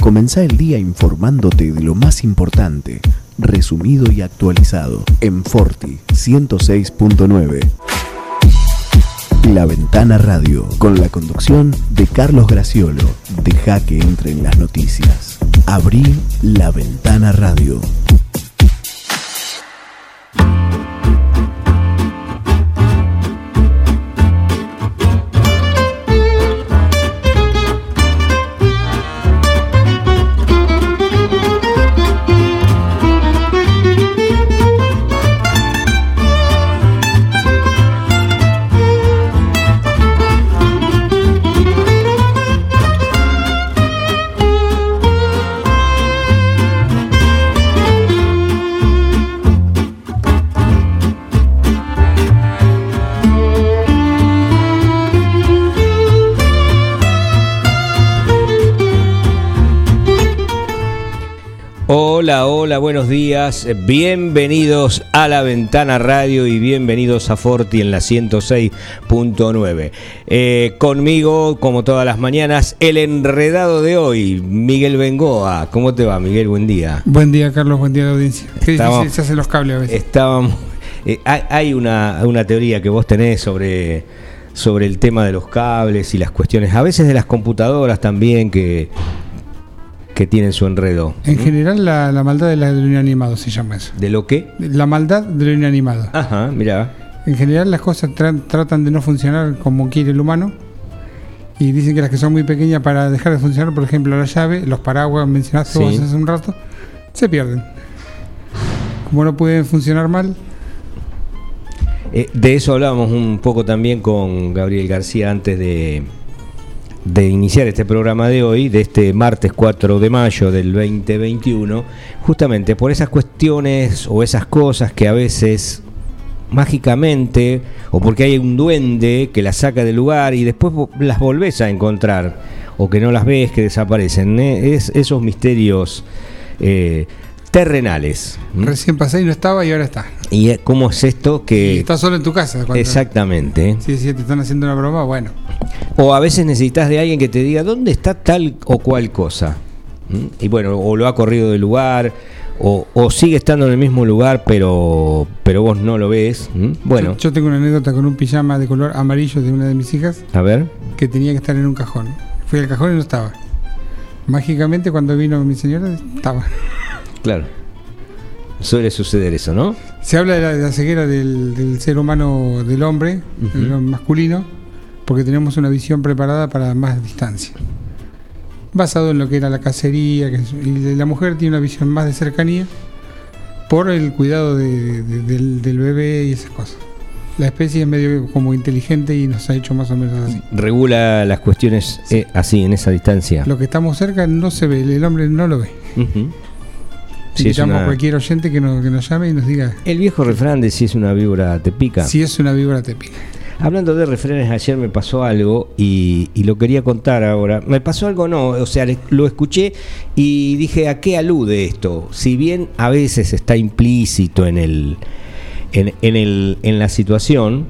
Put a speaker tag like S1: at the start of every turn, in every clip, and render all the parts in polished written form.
S1: Comenzá el día informándote de lo más importante, resumido y actualizado, en Forti 106.9. La Ventana Radio, con la conducción de Carlos Graciolo. Deja que entren las noticias. Abrí La Ventana Radio.
S2: Hola, buenos días, bienvenidos a La Ventana Radio y bienvenidos a Forti en la 106.9. Conmigo, como todas las mañanas, el enredado de hoy, Miguel Bengoa. ¿Cómo te va, Miguel? Buen día.
S3: Buen día, Carlos, buen día a la audiencia. Qué difícil se hacen los cables a veces.
S2: Hay una teoría que vos tenés sobre el tema de los cables y las cuestiones, a veces de las computadoras también, que tienen su enredo.
S3: En general, la maldad de lo inanimado se llama eso.
S2: ¿De lo qué?
S3: La maldad de lo inanimado.
S2: Ajá, mirá.
S3: En general, las cosas tratan de no funcionar como quiere el humano. Y dicen que las que son muy pequeñas para dejar de funcionar, por ejemplo, la llave, los paraguas, mencionaste vos hace un rato, se pierden. Como no pueden funcionar mal.
S2: De eso hablábamos un poco también con Gabriel García antes de iniciar este programa de hoy, de este martes 4 de mayo del 2021, justamente por esas cuestiones o esas cosas que a veces mágicamente, o porque hay un duende que las saca del lugar y después las volvés a encontrar, o que no las ves, que desaparecen, esos misterios terrenales.
S3: Recién pasé y no estaba y ahora está.
S2: ¿Y cómo es esto que...?
S3: Y estás solo en tu casa.
S2: Exactamente.
S3: Sí, te están haciendo una broma, bueno.
S2: O a veces necesitas de alguien que te diga dónde está tal o cual cosa. Y bueno, o lo ha corrido del lugar, o sigue estando en el mismo lugar, pero vos no lo ves. Bueno.
S3: Yo tengo una anécdota con un pijama de color amarillo de una de mis hijas.
S2: A ver.
S3: Que tenía que estar en un cajón. Fui al cajón y no estaba. Mágicamente, cuando vino mi señora, estaba.
S2: Claro. Suele suceder eso, ¿no?
S3: Se habla de la ceguera del ser humano, del hombre, del masculino, porque tenemos una visión preparada para más distancia. Basado en lo que era la cacería, y la mujer tiene una visión más de cercanía por el cuidado del bebé y esas cosas. La especie es medio como inteligente y nos ha hecho más o menos así.
S2: Regula las cuestiones así, en esa distancia.
S3: Lo que estamos cerca no se ve, el hombre no lo ve. Invitamos a cualquier oyente que nos llame y nos diga.
S2: El viejo refrán de si es una víbora te pica.
S3: Si es una víbora te pica.
S2: Hablando de refranes, ayer me pasó algo y lo quería contar ahora. Me pasó algo, no, o sea, lo escuché y dije, ¿a qué alude esto? Si bien a veces está implícito en la situación,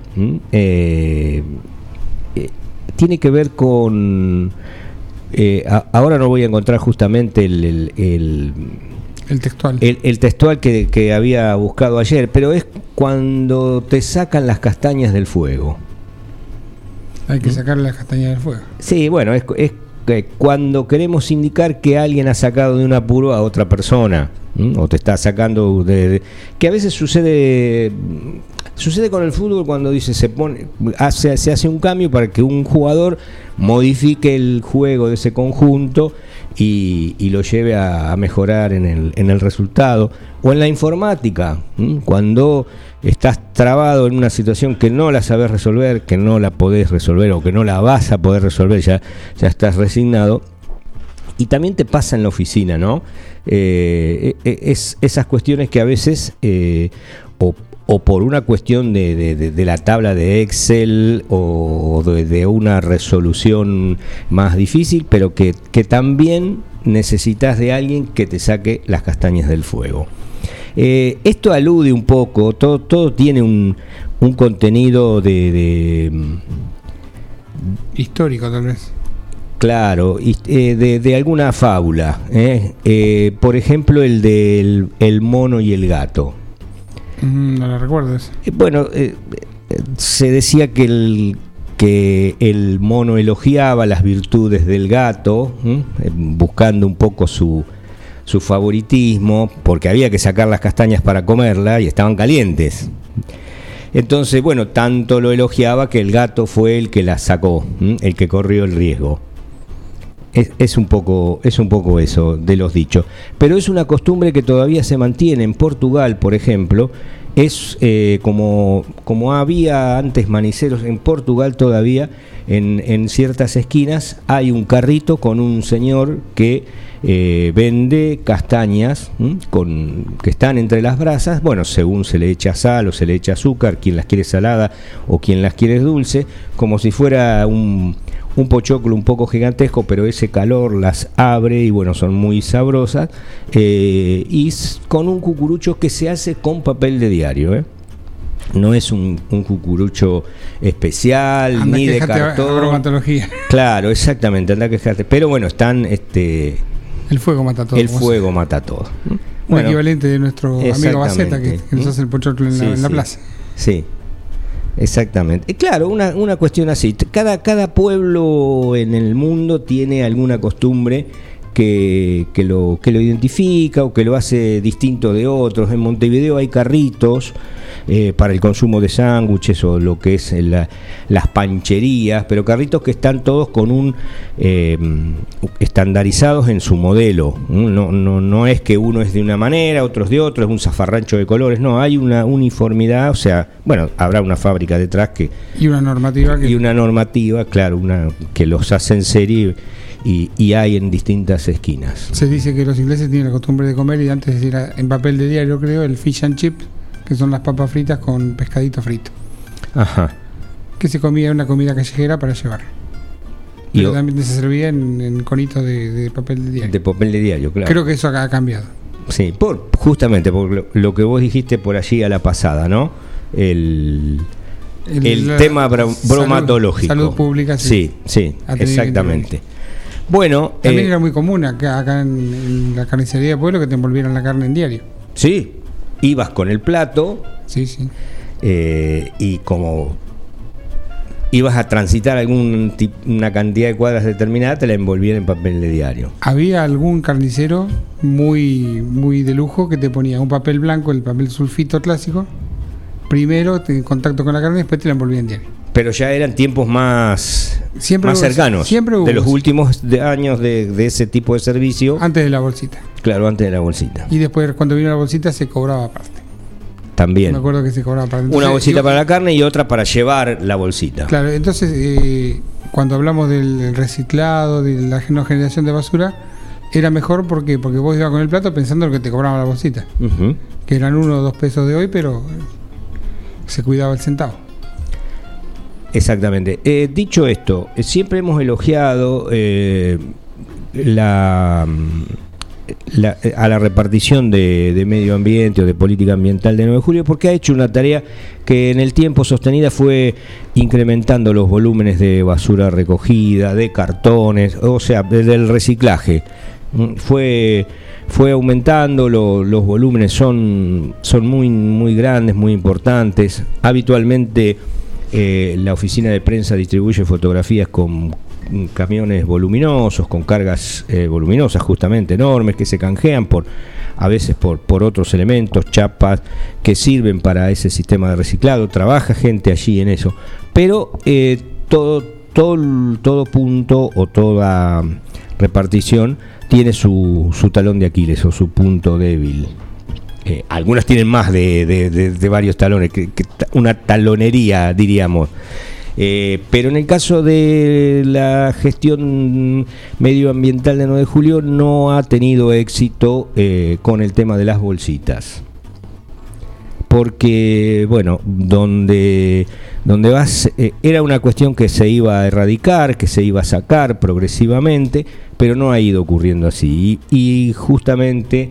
S2: tiene que ver con... ahora no voy a encontrar justamente el
S3: textual.
S2: El textual que había buscado ayer, pero es cuando te sacan las castañas del fuego.
S3: Hay que sacar las castañas del fuego.
S2: Sí, bueno, es que cuando queremos indicar que alguien ha sacado de un apuro a otra persona, o te está sacando que a veces sucede con el fútbol cuando dice se hace un cambio para que un jugador modifique el juego de ese conjunto y lo lleve a mejorar en el resultado, o en la informática, cuando estás trabado en una situación que no la sabes resolver, que no la podés resolver o que no la vas a poder resolver, ya estás resignado. Y también te pasa en la oficina, ¿no? Esas cuestiones que a veces o por una cuestión de la tabla de Excel o de una resolución más difícil, pero que también necesitas de alguien que te saque las castañas del fuego. Esto alude un poco, todo tiene un contenido de
S3: histórico, tal vez.
S2: Claro, y, de alguna fábula. Por ejemplo, el del el mono y el gato.
S3: No la recuerdas.
S2: Bueno, se decía que el mono elogiaba las virtudes del gato, buscando un poco su favoritismo, porque había que sacar las castañas para comerla y estaban calientes. Entonces, bueno, tanto lo elogiaba que el gato fue el que las sacó, el que corrió el riesgo. Es un poco eso de los dichos. Pero es una costumbre que todavía se mantiene en Portugal, por ejemplo. Es como había antes maniceros en Portugal, todavía en ciertas esquinas hay un carrito con un señor que vende castañas que están entre las brasas, bueno, según se le echa sal o se le echa azúcar, quien las quiere salada o quien las quiere dulce, como si fuera un pochoclo un poco gigantesco, pero ese calor las abre y bueno, son muy sabrosas, y con un cucurucho que se hace con papel de diario, no es un cucurucho especial.
S3: Anda,
S2: ni de cartón.
S3: Bromatología.
S2: Claro, exactamente, anda a quejarte. Pero bueno, están
S3: el fuego mata todo.
S2: El fuego mata todo.
S3: Un equivalente de nuestro amigo Baceta que nos hace el pochoclo en la plaza.
S2: Sí. Exactamente. Claro, una cuestión así. Cada pueblo en el mundo tiene alguna costumbre que lo identifica o que lo hace distinto de otros. En Montevideo hay carritos para el consumo de sándwiches o lo que es las pancherías, pero carritos que están todos con estandarizados en su modelo. No es que uno es de una manera, otros de otro, es un zafarrancho de colores, no, hay una uniformidad, o sea, bueno, habrá una fábrica detrás
S3: y una normativa
S2: claro, que los hace en serie. Y hay en distintas esquinas.
S3: Se dice que los ingleses tienen la costumbre de comer, y antes era en papel de diario, creo, el fish and chips, que son las papas fritas con pescadito frito.
S2: Ajá.
S3: Que se comía en una comida callejera para llevar. Pero también se servía en conitos de papel de diario.
S2: De papel de diario, claro.
S3: Creo que eso ha cambiado.
S2: Sí, justamente por lo que vos dijiste por allí a la pasada, ¿no? El tema bromatológico.
S3: Salud pública,
S2: sí, exactamente. Bueno,
S3: también era muy común acá en la carnicería de pueblo que te envolvieran la carne en diario.
S2: Sí, ibas con el plato.
S3: Sí.
S2: Y como ibas a transitar una cantidad de cuadras determinada, te la envolvían en papel de diario.
S3: Había algún carnicero muy, muy de lujo que te ponía un papel blanco, el papel sulfito clásico, primero en contacto con la carne y después te la envolvía en diario.
S2: Pero ya eran tiempos más cercanos.
S3: Siempre hubo.
S2: De los últimos años de ese tipo de servicio.
S3: Antes de la bolsita.
S2: Claro, antes de la bolsita.
S3: Y después, cuando vino la bolsita, se cobraba aparte.
S2: También.
S3: Me acuerdo que se cobraba aparte. Entonces,
S2: una bolsita para la carne y otra para llevar la bolsita.
S3: Claro, entonces, cuando hablamos del reciclado, de la no generación de basura, era mejor porque vos ibas con el plato pensando en que te cobraba la bolsita. Uh-huh. Que eran 1 o 2 pesos de hoy, pero se cuidaba el centavo.
S2: Exactamente. Dicho esto, siempre hemos elogiado a la repartición de medio ambiente o de política ambiental de 9 de julio, porque ha hecho una tarea que en el tiempo sostenida fue incrementando los volúmenes de basura recogida, de cartones, o sea, del reciclaje. Fue aumentando, los volúmenes son muy, muy grandes, muy importantes. Habitualmente la oficina de prensa distribuye fotografías con camiones voluminosos, con cargas voluminosas justamente enormes, que se canjean a veces por otros elementos, chapas que sirven para ese sistema de reciclado. Trabaja gente allí en eso, pero todo punto o toda repartición tiene su talón de Aquiles o su punto débil. Algunas tienen más de varios talones, que una talonería, diríamos. Pero en el caso de la gestión medioambiental de 9 de julio no ha tenido éxito con el tema de las bolsitas. Porque, bueno, donde vas, era una cuestión que se iba a erradicar, que se iba a sacar progresivamente, pero no ha ido ocurriendo así. Y justamente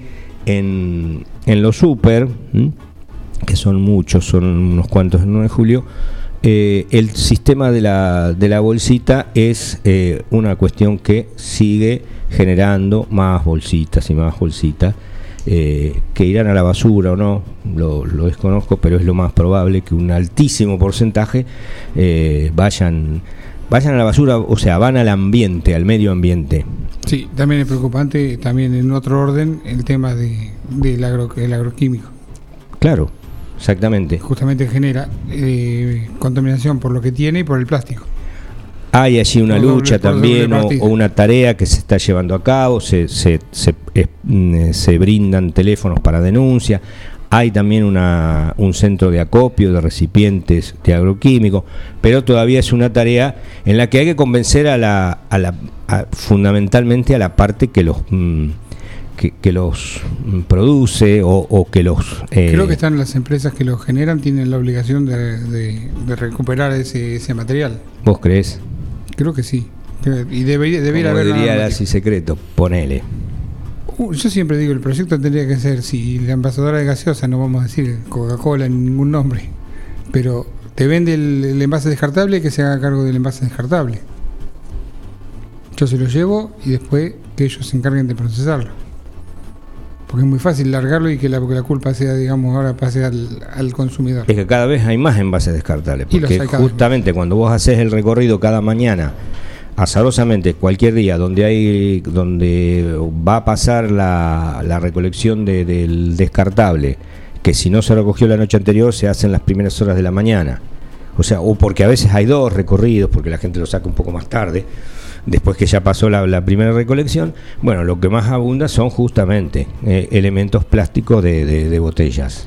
S2: en los súper, que son muchos, son unos cuantos en 9 de julio, El sistema de la bolsita es una cuestión que sigue generando más bolsitas y más bolsitas, que irán a la basura o no, lo desconozco, pero es lo más probable que un altísimo porcentaje vayan a la basura, o sea, van al ambiente, al medio ambiente.
S3: Sí, también es preocupante, también en otro orden, el tema del agroquímico.
S2: Claro, exactamente.
S3: Justamente genera contaminación por lo que tiene y por el plástico.
S2: Hay allí una lucha también o una tarea que se está llevando a cabo, se brindan teléfonos para denuncia. Hay también un centro de acopio de recipientes de agroquímicos, pero todavía es una tarea en la que hay que convencer fundamentalmente a la parte que los produce o que los...
S3: Creo que están las empresas que los generan, tienen la obligación de recuperar ese material.
S2: ¿Vos creés?
S3: Creo que sí. Y debería haber...
S2: Como diría así secreto, ponele.
S3: Yo siempre digo, el proyecto tendría que ser, si la envasadora de gaseosa, no vamos a decir Coca-Cola en ningún nombre, pero te vende el envase descartable, que se haga cargo del envase descartable. Yo se lo llevo y después que ellos se encarguen de procesarlo. Porque es muy fácil largarlo y que la culpa sea, digamos, ahora pase al consumidor.
S2: Es que cada vez hay más envases descartables, porque justamente cuando vos haces el recorrido cada mañana, azarosamente cualquier día donde va a pasar la recolección del descartable, que si no se recogió la noche anterior se hace en las primeras horas de la mañana, o sea, o porque a veces hay dos recorridos porque la gente lo saca un poco más tarde, después que ya pasó la primera recolección. Bueno, lo que más abunda son justamente elementos plásticos de botellas.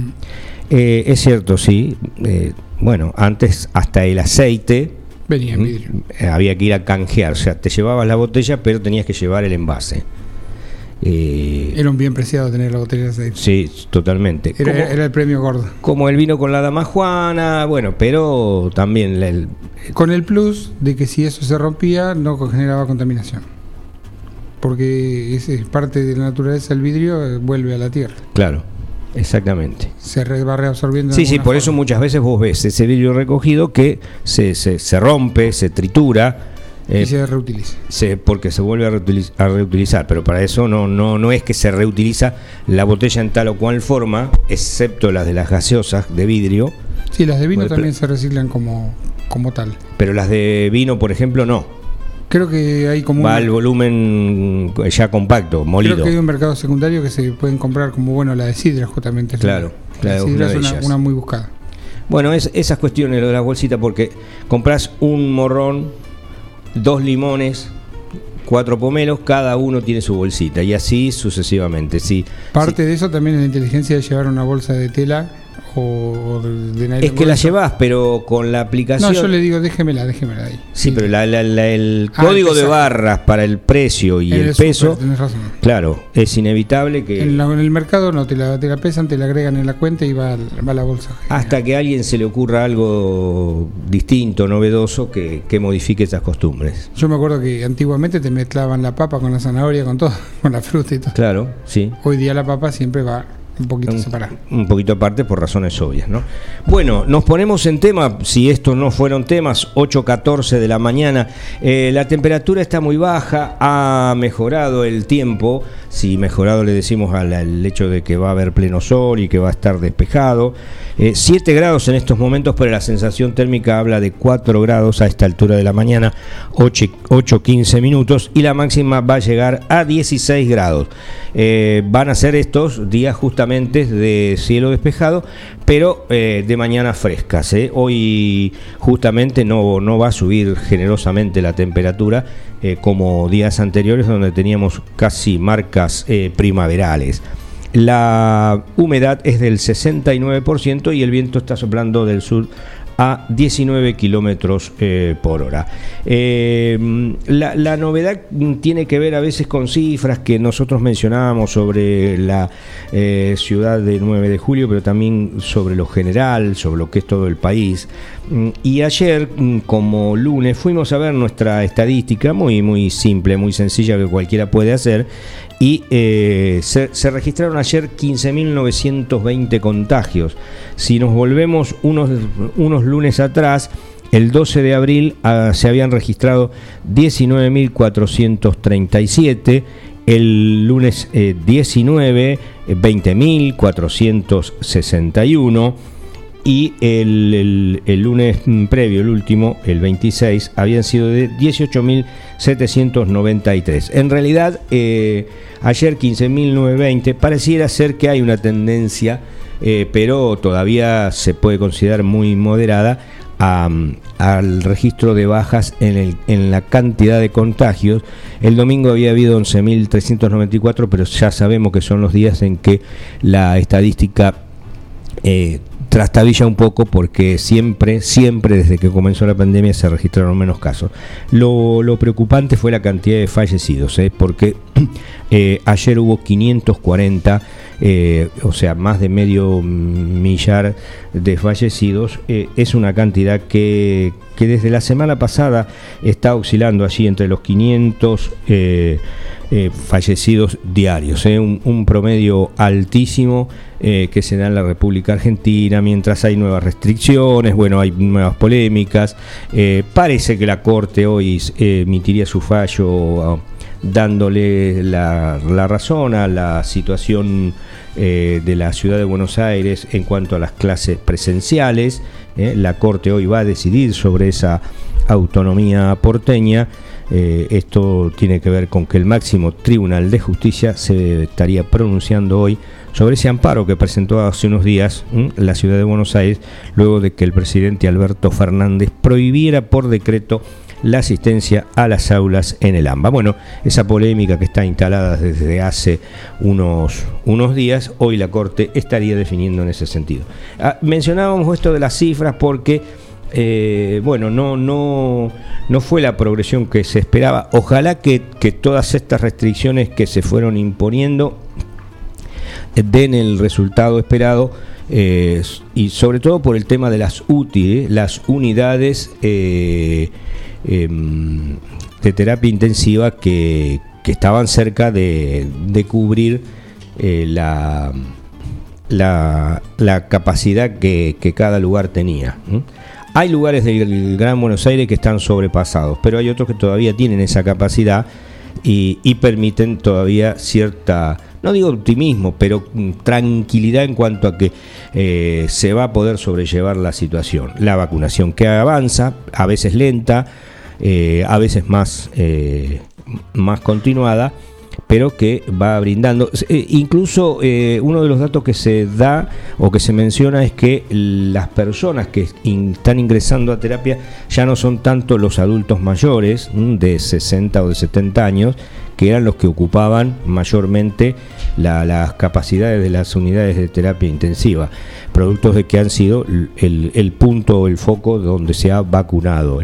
S2: Es cierto, sí, bueno, antes hasta el aceite
S3: venía en vidrio.
S2: Había que ir a canjear, o sea, te llevabas la botella, pero tenías que llevar el envase.
S3: Era un bien preciado tener la botella de aceite.
S2: Sí, totalmente.
S3: Era el premio gordo.
S2: Como el vino con la dama Juana, bueno, pero también...
S3: con el plus de que si eso se rompía, no generaba contaminación. Porque es parte de la naturaleza, el vidrio vuelve a la tierra.
S2: Claro. Exactamente.
S3: Se va reabsorbiendo.
S2: Sí, por eso muchas veces vos ves ese vidrio recogido que se rompe, se tritura.
S3: Y se reutiliza.
S2: Porque se vuelve a reutilizar, pero para eso no es que se reutiliza la botella en tal o cual forma, excepto las de las gaseosas de vidrio.
S3: Sí, las de vino también se reciclan como tal.
S2: Pero las de vino, por ejemplo, no.
S3: Creo que hay como
S2: va al volumen ya compacto, molido.
S3: Creo que hay un mercado secundario que se pueden comprar como, bueno, la de sidra justamente.
S2: Claro,
S3: la sidra es una muy buscada.
S2: Bueno, esas cuestiones, lo de las bolsitas, porque compras un morrón, 2 limones, 4 pomelos, cada uno tiene su bolsita y así sucesivamente. Sí.
S3: Parte de eso también es la inteligencia de llevar una bolsa de tela o de nylon.
S2: Es que la llevás, pero con la aplicación...
S3: No, yo le digo, déjemela ahí.
S2: Sí, pero el código de barras para el precio y el peso...
S3: Super, tenés razón.
S2: Claro, es inevitable que...
S3: En el mercado no, te la pesan, te la agregan en la cuenta y va a la bolsa.
S2: Hasta que a alguien se le ocurra algo distinto, novedoso, que modifique esas costumbres.
S3: Yo me acuerdo que antiguamente te mezclaban la papa con la zanahoria, con todo, con la fruta y todo.
S2: Claro, sí.
S3: Hoy día la papa siempre va... un poquito separado.
S2: Un poquito aparte por razones obvias, ¿no? Bueno, nos ponemos en tema, si estos no fueron temas, 8:14 de la mañana. La temperatura está muy baja, ha mejorado el tiempo. Si mejorado le decimos al hecho de que va a haber pleno sol y que va a estar despejado. 7 grados en estos momentos, pero la sensación térmica habla de 4 grados a esta altura de la mañana, 8:15 minutos, y la máxima va a llegar a 16 grados. Van a ser estos días justamente de cielo despejado, pero de mañana frescas. Hoy justamente no va a subir generosamente la temperatura como días anteriores, donde teníamos casi marcas primaverales. La humedad es del 69% y el viento está soplando del sur a 19 kilómetros por hora. La novedad tiene que ver a veces con cifras que nosotros mencionábamos sobre la ciudad de 9 de julio, pero también sobre lo general, sobre lo que es todo el país. Y ayer, como lunes, fuimos a ver nuestra estadística, muy simple, muy sencilla, que cualquiera puede hacer, y se registraron ayer 15.920 contagios. Si nos volvemos unos lunes atrás, el 12 de abril se habían registrado 19.437, el lunes 19, 20.461, y el lunes previo, el último, el 26, habían sido de 18.793. En realidad, ayer 15.920, pareciera ser que hay una tendencia, pero todavía se puede considerar muy moderada, al registro de bajas en la cantidad de contagios. El domingo había habido 11.394, pero ya sabemos que son los días en que la estadística trastabilla un poco, porque siempre desde que comenzó la pandemia se registraron menos casos. Lo preocupante fue la cantidad de fallecidos, porque ayer hubo 540, o sea, más de medio millar de fallecidos. Es una cantidad que desde la semana pasada está oscilando allí entre los 500 fallecidos diarios, un promedio altísimo que se da en la República Argentina, mientras hay nuevas restricciones, hay nuevas polémicas. Parece que la Corte hoy emitiría su fallo dándole la razón a la situación de la ciudad de Buenos Aires en cuanto a las clases presenciales. La Corte hoy va a decidir sobre esa autonomía porteña. Esto tiene que ver con que el máximo Tribunal de Justicia se estaría pronunciando hoy sobre ese amparo que presentó hace unos días la ciudad de Buenos Aires, luego de que el presidente Alberto Fernández prohibiera por decreto la asistencia a las aulas en el AMBA. Esa polémica que está instalada desde hace unos días, hoy la Corte estaría definiendo en ese sentido. Mencionábamos esto de las cifras porque no fue la progresión que se esperaba. Ojalá que todas estas restricciones que se fueron imponiendo den el resultado esperado, y sobre todo por el tema de las UTI, las unidades de terapia intensiva que estaban cerca de cubrir la capacidad que cada lugar tenía. Hay lugares del Gran Buenos Aires que están sobrepasados, pero hay otros que todavía tienen esa capacidad y permiten todavía cierta, no digo optimismo, pero tranquilidad en cuanto a que se va a poder sobrellevar la situación. La vacunación que avanza, a veces lenta, a veces más continuada, pero que va brindando. Incluso uno de los datos que se da o que se menciona es que las personas que están ingresando a terapia ya no son tanto los adultos mayores de 60 o de 70 años, que eran los que ocupaban mayormente las capacidades de las unidades de terapia intensiva, productos de que han sido el punto, el foco donde se ha vacunado.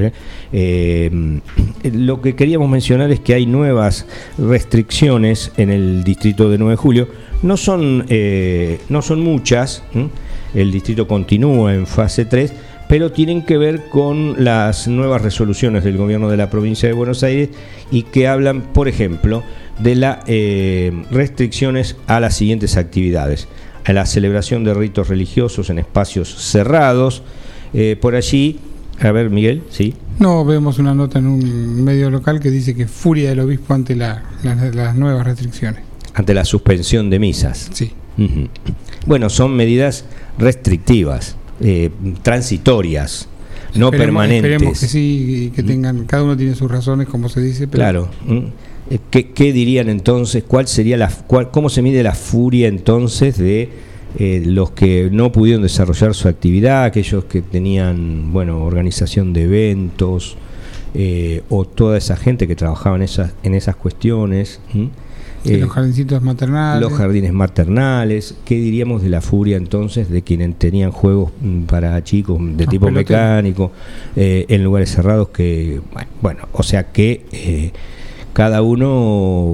S2: Lo que queríamos mencionar es que hay nuevas restricciones en el distrito de 9 de julio. No son muchas, el distrito continúa en fase 3, pero tienen que ver con las nuevas resoluciones del gobierno de la provincia de Buenos Aires y que hablan, por ejemplo, de las restricciones a las siguientes actividades: a la celebración de ritos religiosos en espacios cerrados. Por allí, a ver, Miguel, ¿sí?
S3: No, vemos una nota en un medio local que dice que furia del obispo ante las nuevas restricciones. Ante la suspensión de misas. Sí.
S2: Uh-huh. Bueno, son medidas restrictivas, transitorias, no permanentes.
S3: Esperemos que sí, que tengan, cada uno tiene sus razones, como se dice. Pero...
S2: Claro. ¿Qué dirían entonces? ¿Cómo se mide la furia entonces de los que no pudieron desarrollar su actividad, aquellos que tenían, organización de eventos, o toda esa gente que trabajaba en esas cuestiones?
S3: Los jardincitos maternales.
S2: Los jardines maternales. ¿Qué diríamos de la furia entonces de quienes tenían juegos para chicos de tipo mecánico en lugares cerrados? O sea que cada uno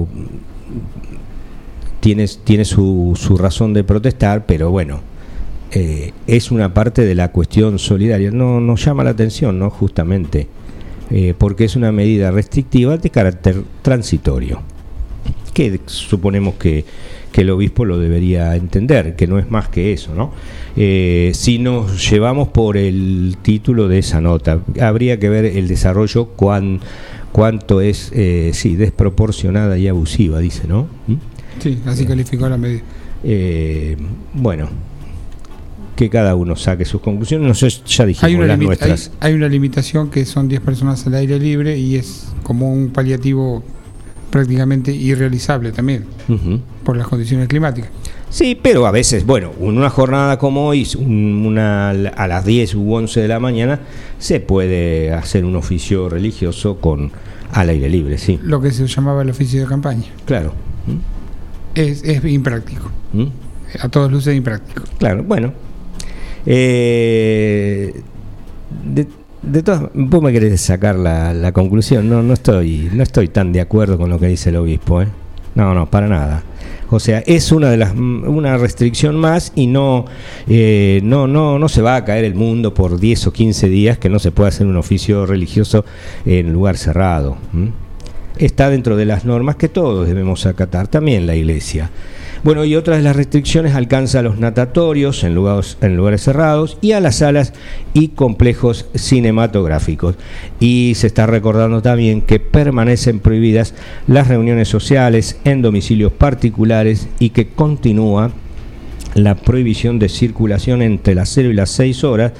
S2: tiene su razón de protestar, pero es una parte de la cuestión solidaria. No nos llama la atención, ¿no? Justamente porque es una medida restrictiva de carácter transitorio, que suponemos que el obispo lo debería entender, que no es más que eso, ¿no? Si nos llevamos por el título de esa nota, habría que ver el desarrollo, cuánto es desproporcionada y abusiva, dice, ¿no?
S3: Sí, así calificó la medida.
S2: Bueno, que cada uno saque sus conclusiones. Nosotros ya dijimos las nuestras.
S3: Hay una limitación que son 10 personas al aire libre y es como un paliativo prácticamente irrealizable también, por las condiciones climáticas.
S2: Sí, pero a veces, bueno, una jornada como hoy, a las 10 u 11 de la mañana, se puede hacer un oficio religioso al aire libre, sí.
S3: Lo que se llamaba el oficio de campaña.
S2: Claro.
S3: Es impráctico. A todas luces impráctico.
S2: Claro, bueno. De todas, vos me querés sacar la conclusión. No estoy tan de acuerdo con lo que dice el obispo, No, para nada. O sea, es una restricción más y no se va a caer el mundo por 10 o 15 días que no se pueda hacer un oficio religioso en lugar cerrado. Está dentro de las normas que todos debemos acatar, también la Iglesia. Bueno, y otra de las restricciones alcanza a los natatorios en lugares cerrados y a las salas y complejos cinematográficos. Y se está recordando también que permanecen prohibidas las reuniones sociales en domicilios particulares y que continúa la prohibición de circulación entre las 0 y las 6 horas.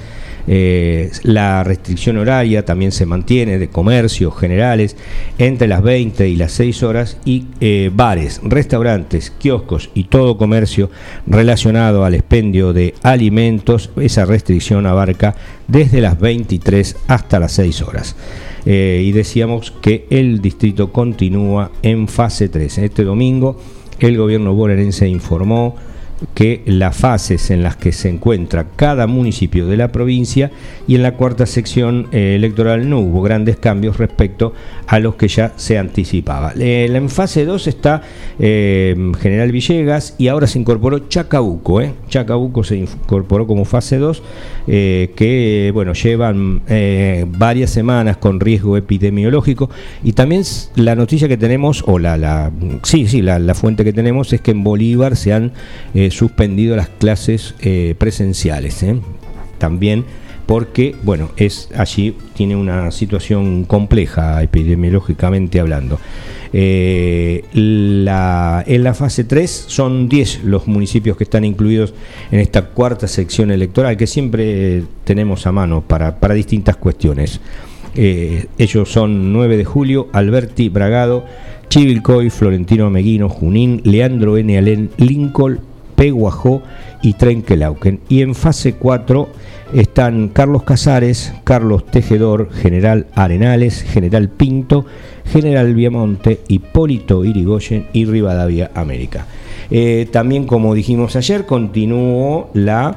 S2: La restricción horaria también se mantiene de comercios generales entre las 20 y las 6 horas y bares, restaurantes, kioscos y todo comercio relacionado al expendio de alimentos. Esa restricción abarca desde las 23 hasta las 6 horas. Y decíamos que el distrito continúa en fase 3. Este domingo el gobierno bonaerense informó que las fases en las que se encuentra cada municipio de la provincia, y en la cuarta sección electoral no hubo grandes cambios respecto a los que ya se anticipaba. En fase 2 está General Villegas y ahora se incorporó Chacabuco. Chacabuco se incorporó como fase 2, que bueno, llevan varias semanas con riesgo epidemiológico, y también la noticia que tenemos, o la fuente que tenemos es que en Bolívar se han suspendido las clases presenciales, también porque, bueno, allí tiene una situación compleja epidemiológicamente hablando. En la fase 3 son 10 los municipios que están incluidos en esta cuarta sección electoral, que siempre tenemos a mano para distintas cuestiones. Ellos son 9 de julio, Alberti, Bragado, Chivilcoy, Florentino Ameguino, Junín, Leandro N. Alén, Lincoln, Peguajó y Trenquelauquen. Y en fase 4 están Carlos Casares, Carlos Tejedor, General Arenales, General Pinto, General Viamonte, Hipólito Yrigoyen y Rivadavia América. También, como dijimos ayer, continuó la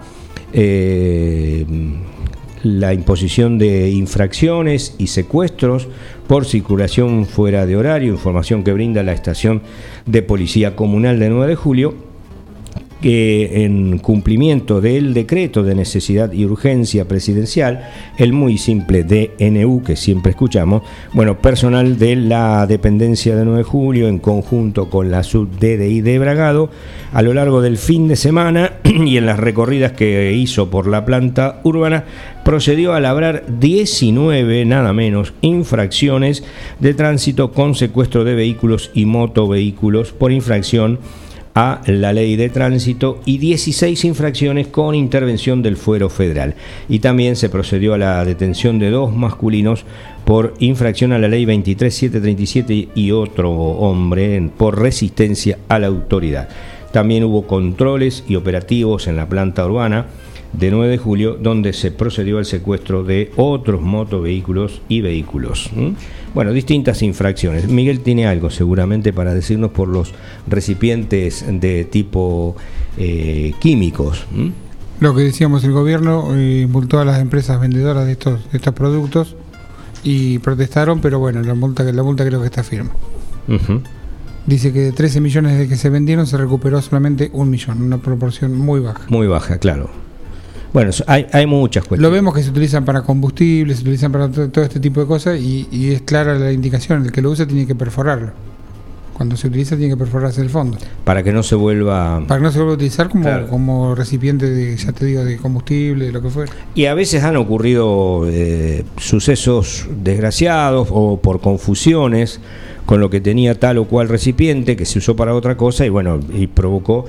S2: imposición de infracciones y secuestros por circulación fuera de horario, información que brinda la estación de policía comunal de 9 de julio, que en cumplimiento del decreto de necesidad y urgencia presidencial, el muy simple DNU que siempre escuchamos, bueno, personal de la dependencia de 9 de julio en conjunto con la sub-DDI de Bragado, a lo largo del fin de semana y en las recorridas que hizo por la planta urbana, procedió a labrar 19, nada menos, infracciones de tránsito con secuestro de vehículos y motovehículos por infracción a la ley de tránsito y 16 infracciones con intervención del fuero federal. Y también se procedió a la detención de 2 masculinos por infracción a la ley 23737 y otro hombre por resistencia a la autoridad. También hubo controles y operativos en la planta urbana de 9 de julio, donde se procedió al secuestro de otros motovehículos y vehículos. Bueno, distintas infracciones. Miguel tiene algo seguramente para decirnos por los recipientes de tipo químicos.
S3: Lo que decíamos, el gobierno multó a las empresas vendedoras de estos productos y protestaron, pero bueno, la multa creo que está firme. Dice que de 13 millones de que se vendieron se recuperó solamente 1 millón, una proporción muy baja.
S2: Muy baja, claro. Bueno, hay muchas cuestiones.
S3: Lo vemos que se utilizan para combustibles, se utilizan para todo este tipo de cosas y es clara la indicación, el que lo usa tiene que perforarlo. Cuando se utiliza tiene que perforarse el fondo.
S2: Para que no se vuelva
S3: a utilizar como,
S2: claro,
S3: como recipiente de, ya te digo, de combustible, de lo que fuera.
S2: Y a veces han ocurrido sucesos desgraciados o por confusiones con lo que tenía tal o cual recipiente que se usó para otra cosa y provocó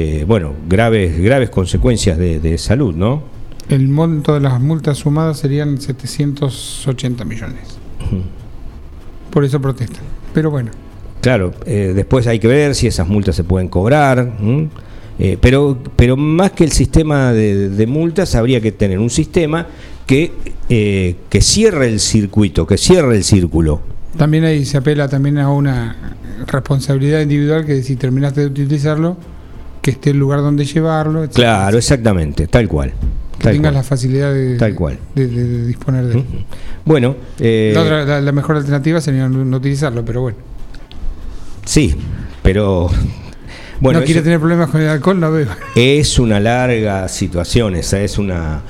S2: graves consecuencias de salud, ¿no?
S3: El monto de las multas sumadas serían 780 millones. Por eso protestan. Pero bueno.
S2: Claro, después hay que ver si esas multas se pueden cobrar, pero más que el sistema de multas habría que tener un sistema que cierre el circuito, que cierre el círculo.
S3: También ahí se apela también a una responsabilidad individual, que si terminaste de utilizarlo, que esté el lugar donde llevarlo, etc.
S2: Claro, exactamente, tal cual.
S3: Que tengas la facilidad
S2: tal cual.
S3: De disponer de él.
S2: Bueno,
S3: la mejor alternativa sería no utilizarlo, pero bueno.
S2: Sí, pero bueno,
S3: no quiere tener problemas con el alcohol, no beba.
S2: Es una larga situación, esa es una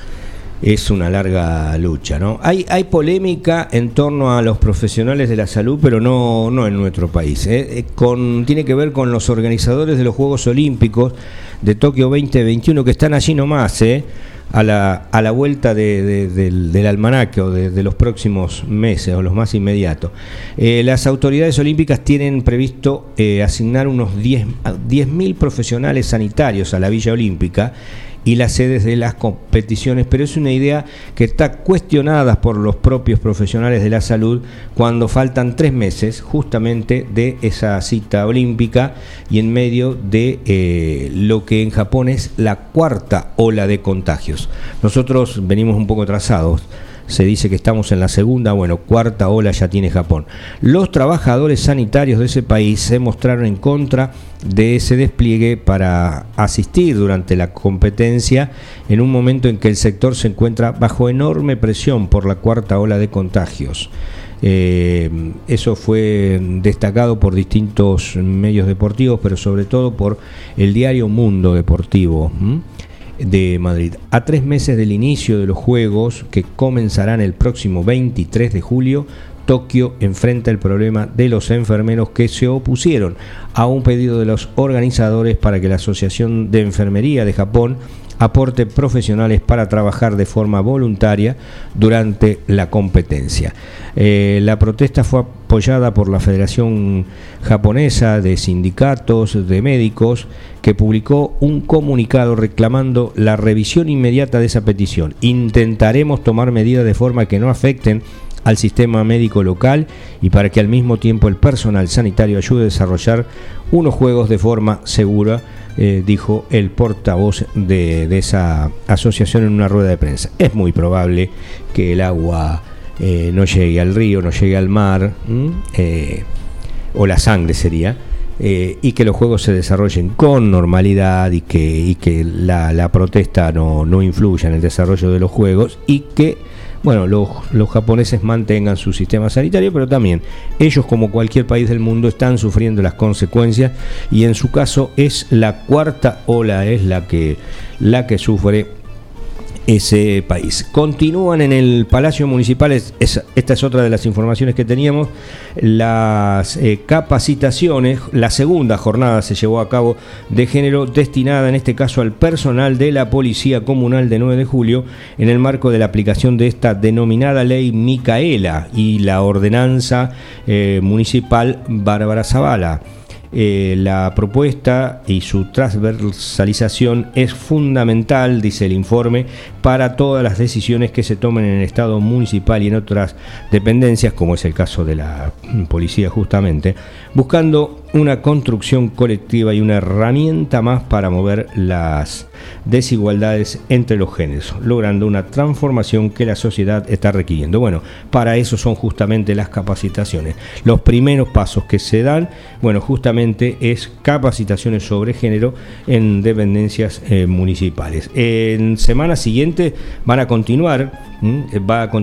S2: larga lucha, ¿no? Hay polémica en torno a los profesionales de la salud, pero no en nuestro país. Tiene que ver con los organizadores de los Juegos Olímpicos de Tokio 2021, que están allí nomás, a la vuelta del almanaque o de los próximos meses o los más inmediatos. Las autoridades olímpicas tienen previsto asignar unos 10.000 profesionales sanitarios a la Villa Olímpica y las sedes de las competiciones, pero es una idea que está cuestionada por los propios profesionales de la salud cuando faltan 3 meses justamente de esa cita olímpica y en medio de lo que en Japón es la 4ª ola de contagios. Nosotros venimos un poco atrasados. Se dice que estamos en la 2ª, 4ª ola ya tiene Japón. Los trabajadores sanitarios de ese país se mostraron en contra de ese despliegue para asistir durante la competencia en un momento en que el sector se encuentra bajo enorme presión por la 4ª ola de contagios. Eso fue destacado por distintos medios deportivos, pero sobre todo por el diario Mundo Deportivo de Madrid. A 3 meses del inicio de los Juegos, que comenzarán el próximo 23 de julio, Tokio enfrenta el problema de los enfermeros que se opusieron a un pedido de los organizadores para que la Asociación de Enfermería de Japón aporte profesionales para trabajar de forma voluntaria durante la competencia. La protesta fue apoyada por la Federación Japonesa de Sindicatos de Médicos, que publicó un comunicado reclamando la revisión inmediata de esa petición. Intentaremos tomar medidas de forma que no afecten al sistema médico local y para que al mismo tiempo el personal sanitario ayude a desarrollar unos juegos de forma segura, dijo el portavoz de esa asociación en una rueda de prensa. Es muy probable que el agua no llegue al río, no llegue al mar, o la sangre sería, y que los juegos se desarrollen con normalidad y que la protesta no influya en el desarrollo de los juegos, y que los japoneses mantengan su sistema sanitario, pero también ellos, como cualquier país del mundo, están sufriendo las consecuencias, y en su caso es la 4ª ola, es la que sufre ese país. Continúan en el Palacio Municipal, esta es otra de las informaciones que teníamos, las capacitaciones. La 2ª jornada se llevó a cabo de género, destinada en este caso al personal de la Policía Comunal de 9 de julio, en el marco de la aplicación de esta denominada Ley Micaela y la Ordenanza Municipal Bárbara Zavala. La propuesta y su transversalización es fundamental, dice el informe, para todas las decisiones que se tomen en el Estado municipal y en otras dependencias, como es el caso de la policía justamente, buscando una construcción colectiva y una herramienta más para mover las desigualdades entre los géneros, logrando una transformación que la sociedad está requiriendo. Para eso son justamente las capacitaciones. Los primeros pasos que se dan, justamente es capacitaciones sobre género en dependencias municipales. En semana siguiente va a continuar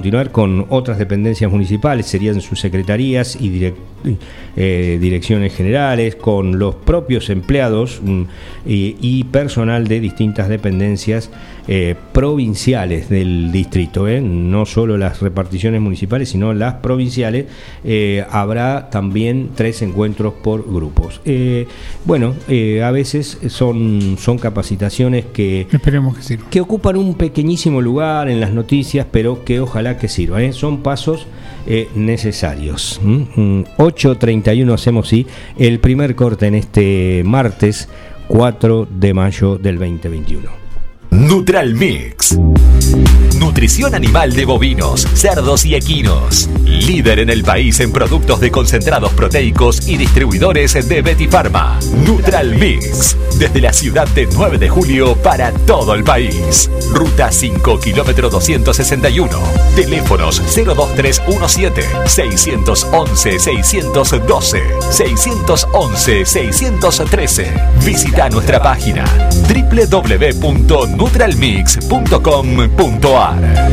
S2: con otras dependencias municipales, serían sus secretarías y direcciones generales generales, con los propios empleados y personal de distintas dependencias provinciales del distrito, no solo las reparticiones municipales, sino las provinciales. Habrá también 3 encuentros por grupos. A veces son capacitaciones
S3: esperemos que sirva,
S2: que ocupan un pequeñísimo lugar en las noticias, pero que ojalá que sirvan. Son pasos necesarios. 8:31 hacemos el primer corte en este martes 4 de mayo del 2021.
S4: Nutral Mix. Nutrición animal de bovinos, cerdos y equinos. Líder en el país en productos de concentrados proteicos y distribuidores de Betipharma. Nutral Mix. Desde la ciudad de 9 de Julio para todo el país. Ruta 5, kilómetro 261. Teléfonos 02317 611 612 611 613. Visita nuestra página www.nutralmix.com.ar.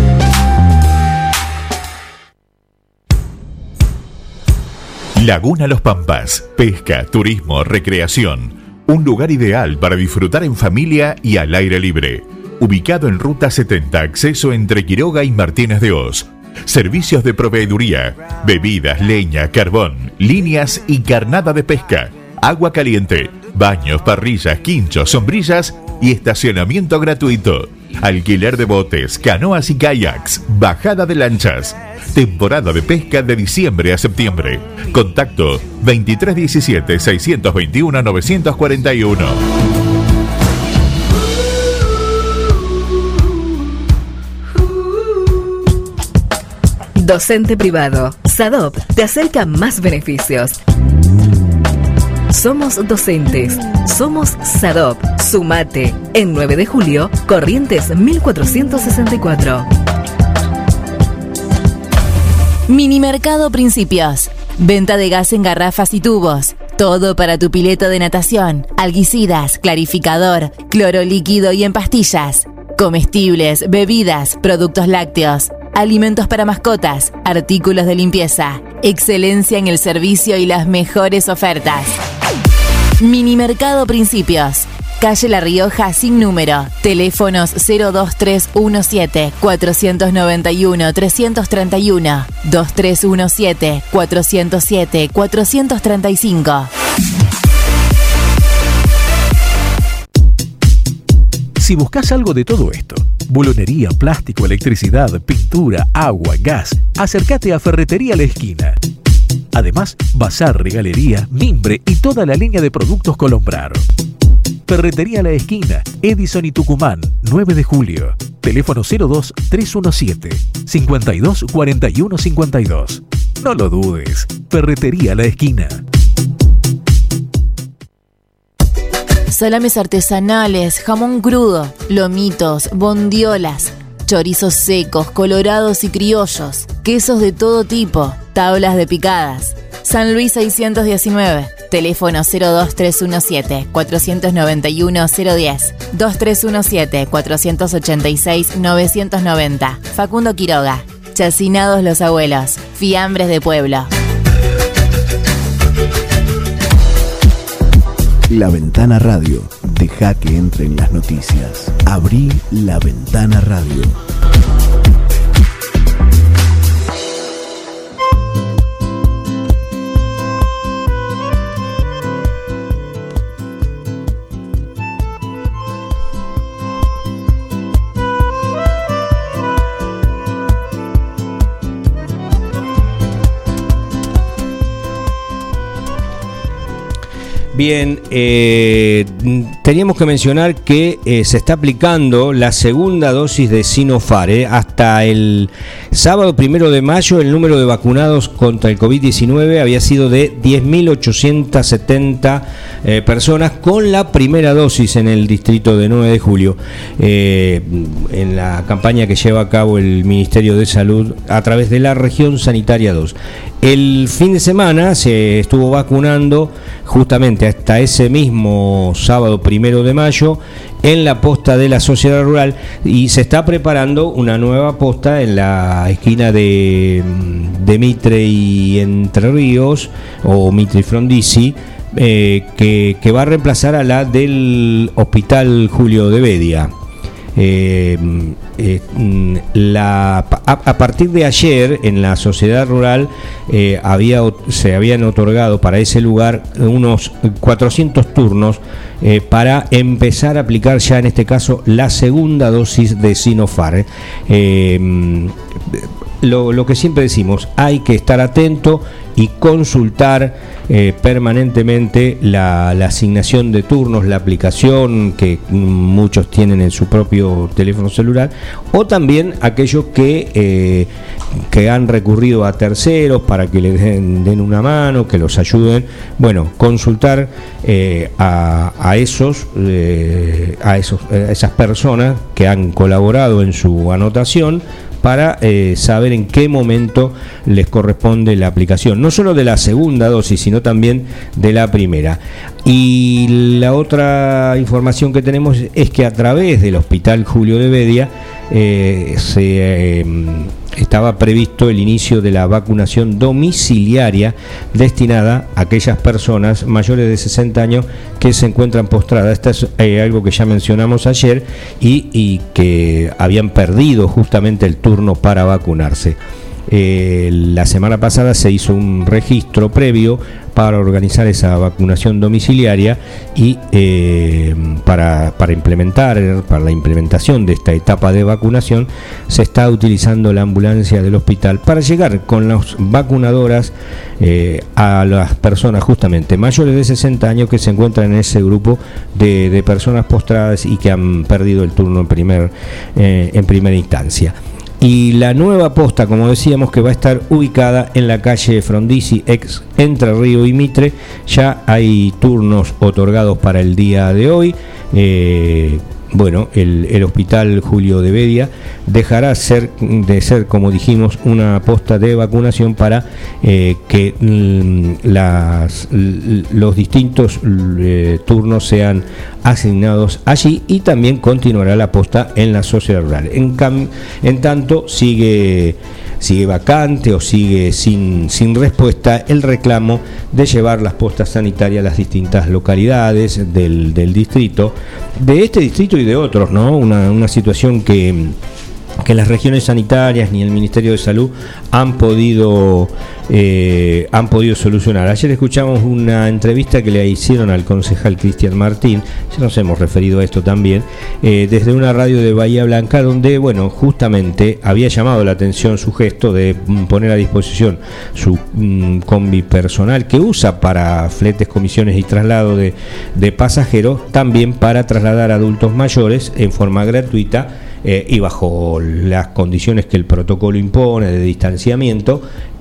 S5: Laguna Los Pampas, pesca, turismo, recreación. Un lugar ideal para disfrutar en familia y al aire libre. Ubicado en Ruta 70, acceso entre Quiroga y Martínez de Hoz. Servicios de proveeduría, bebidas, leña, carbón, líneas y carnada de pesca. Agua caliente, baños, parrillas, quinchos, sombrillas y estacionamiento gratuito. Alquiler de botes, canoas y kayaks, bajada de lanchas. Temporada de pesca de diciembre a septiembre. Contacto 2317 621 941.
S6: Docente privado. SADOP te acerca más beneficios. Somos docentes. Somos SADOP. Sumate. En 9 de julio, Corrientes 1464.
S7: Minimercado Principios. Venta de gas en garrafas y tubos. Todo para tu pileta de natación. Alguicidas, clarificador, cloro líquido y en pastillas. Comestibles, bebidas, productos lácteos. Alimentos para mascotas, artículos de limpieza. Excelencia en el servicio y las mejores ofertas. Minimercado Principios. Calle La Rioja sin número. Teléfonos 02317 491 331 2317 407 435.
S1: Si buscas algo de todo esto, bulonería, plástico, electricidad, pintura, agua, gas, acércate a Ferretería La Esquina. Además, bazar, regalería, mimbre y toda la línea de productos Colombrar. Ferretería La Esquina, Edison y Tucumán, 9 de julio. Teléfono 02317 52 41 52. No lo dudes, Ferretería La Esquina.
S7: Salames artesanales, jamón crudo, lomitos, bondiolas, chorizos secos, colorados y criollos, quesos de todo tipo, tablas de picadas. San Luis 619, teléfono 02317 491 010 2317 486 990. Facundo Quiroga. Chacinados los abuelos, fiambres de pueblo.
S1: La Ventana Radio. Deja que entren las noticias. Abrí La Ventana Radio.
S2: Bien, teníamos que mencionar que se está aplicando la segunda dosis de Sinopharm. Hasta el sábado 1 de mayo el número de vacunados contra el COVID-19 había sido de 10.870 personas con la primera dosis en el distrito de 9 de julio, en la campaña que lleva a cabo el Ministerio de Salud a través de la región sanitaria 2. El fin de semana se estuvo vacunando justamente hasta ese mismo sábado 1 de mayo en la posta de la Sociedad Rural, y se está preparando una nueva posta en la esquina de Mitre y Entre Ríos, o Mitre y Frondizi, que va a reemplazar a la del Hospital Julio de Bedia. A partir de ayer en la sociedad rural se habían otorgado para ese lugar unos 400 turnos para empezar a aplicar ya en este caso la segunda dosis de Sinopharm. Lo que siempre decimos, hay que estar atento y consultar permanentemente la asignación de turnos, la aplicación que muchos tienen en su propio teléfono celular, o también aquellos que han recurrido a terceros para que les den una mano, que los ayuden. Bueno, consultar a esas personas que han colaborado en su anotación, para saber en qué momento les corresponde la aplicación, no solo de la segunda dosis, sino también de la primera. Y la otra información que tenemos es que a través del Hospital Julio de Bedia estaba previsto el inicio de la vacunación domiciliaria destinada a aquellas personas mayores de 60 años que se encuentran postradas. Esto es algo que ya mencionamos ayer y que habían perdido justamente el turno para vacunarse. La semana pasada se hizo un registro previo para organizar esa vacunación domiciliaria y para la implementación de esta etapa de vacunación se está utilizando la ambulancia del hospital para llegar con las vacunadoras a las personas justamente mayores de 60 años que se encuentran en ese grupo de personas postradas y que han perdido el turno en primera instancia. Y la nueva posta, como decíamos, que va a estar ubicada en la calle Frondizi, ex Entre Río y Mitre. Ya hay turnos otorgados para el día de hoy. Bueno, el Hospital Julio de Bedia dejará de ser, como dijimos, una posta de vacunación para que los distintos turnos sean asignados allí, y también continuará la posta en la sociedad rural. En tanto sigue vacante o sigue sin respuesta el reclamo de llevar las postas sanitarias a las distintas localidades del distrito, de este distrito y de otros, ¿no? Una situación que las regiones sanitarias ni el Ministerio de Salud han podido solucionar. Ayer escuchamos una entrevista que le hicieron al concejal Cristian Martín, ya nos hemos referido a esto también, desde una radio de Bahía Blanca, donde, bueno, justamente había llamado la atención su gesto de poner a disposición su combi personal que usa para fletes, comisiones y traslado de pasajeros, también para trasladar a adultos mayores en forma gratuita, y bajo las condiciones que el protocolo impone de distanciamiento,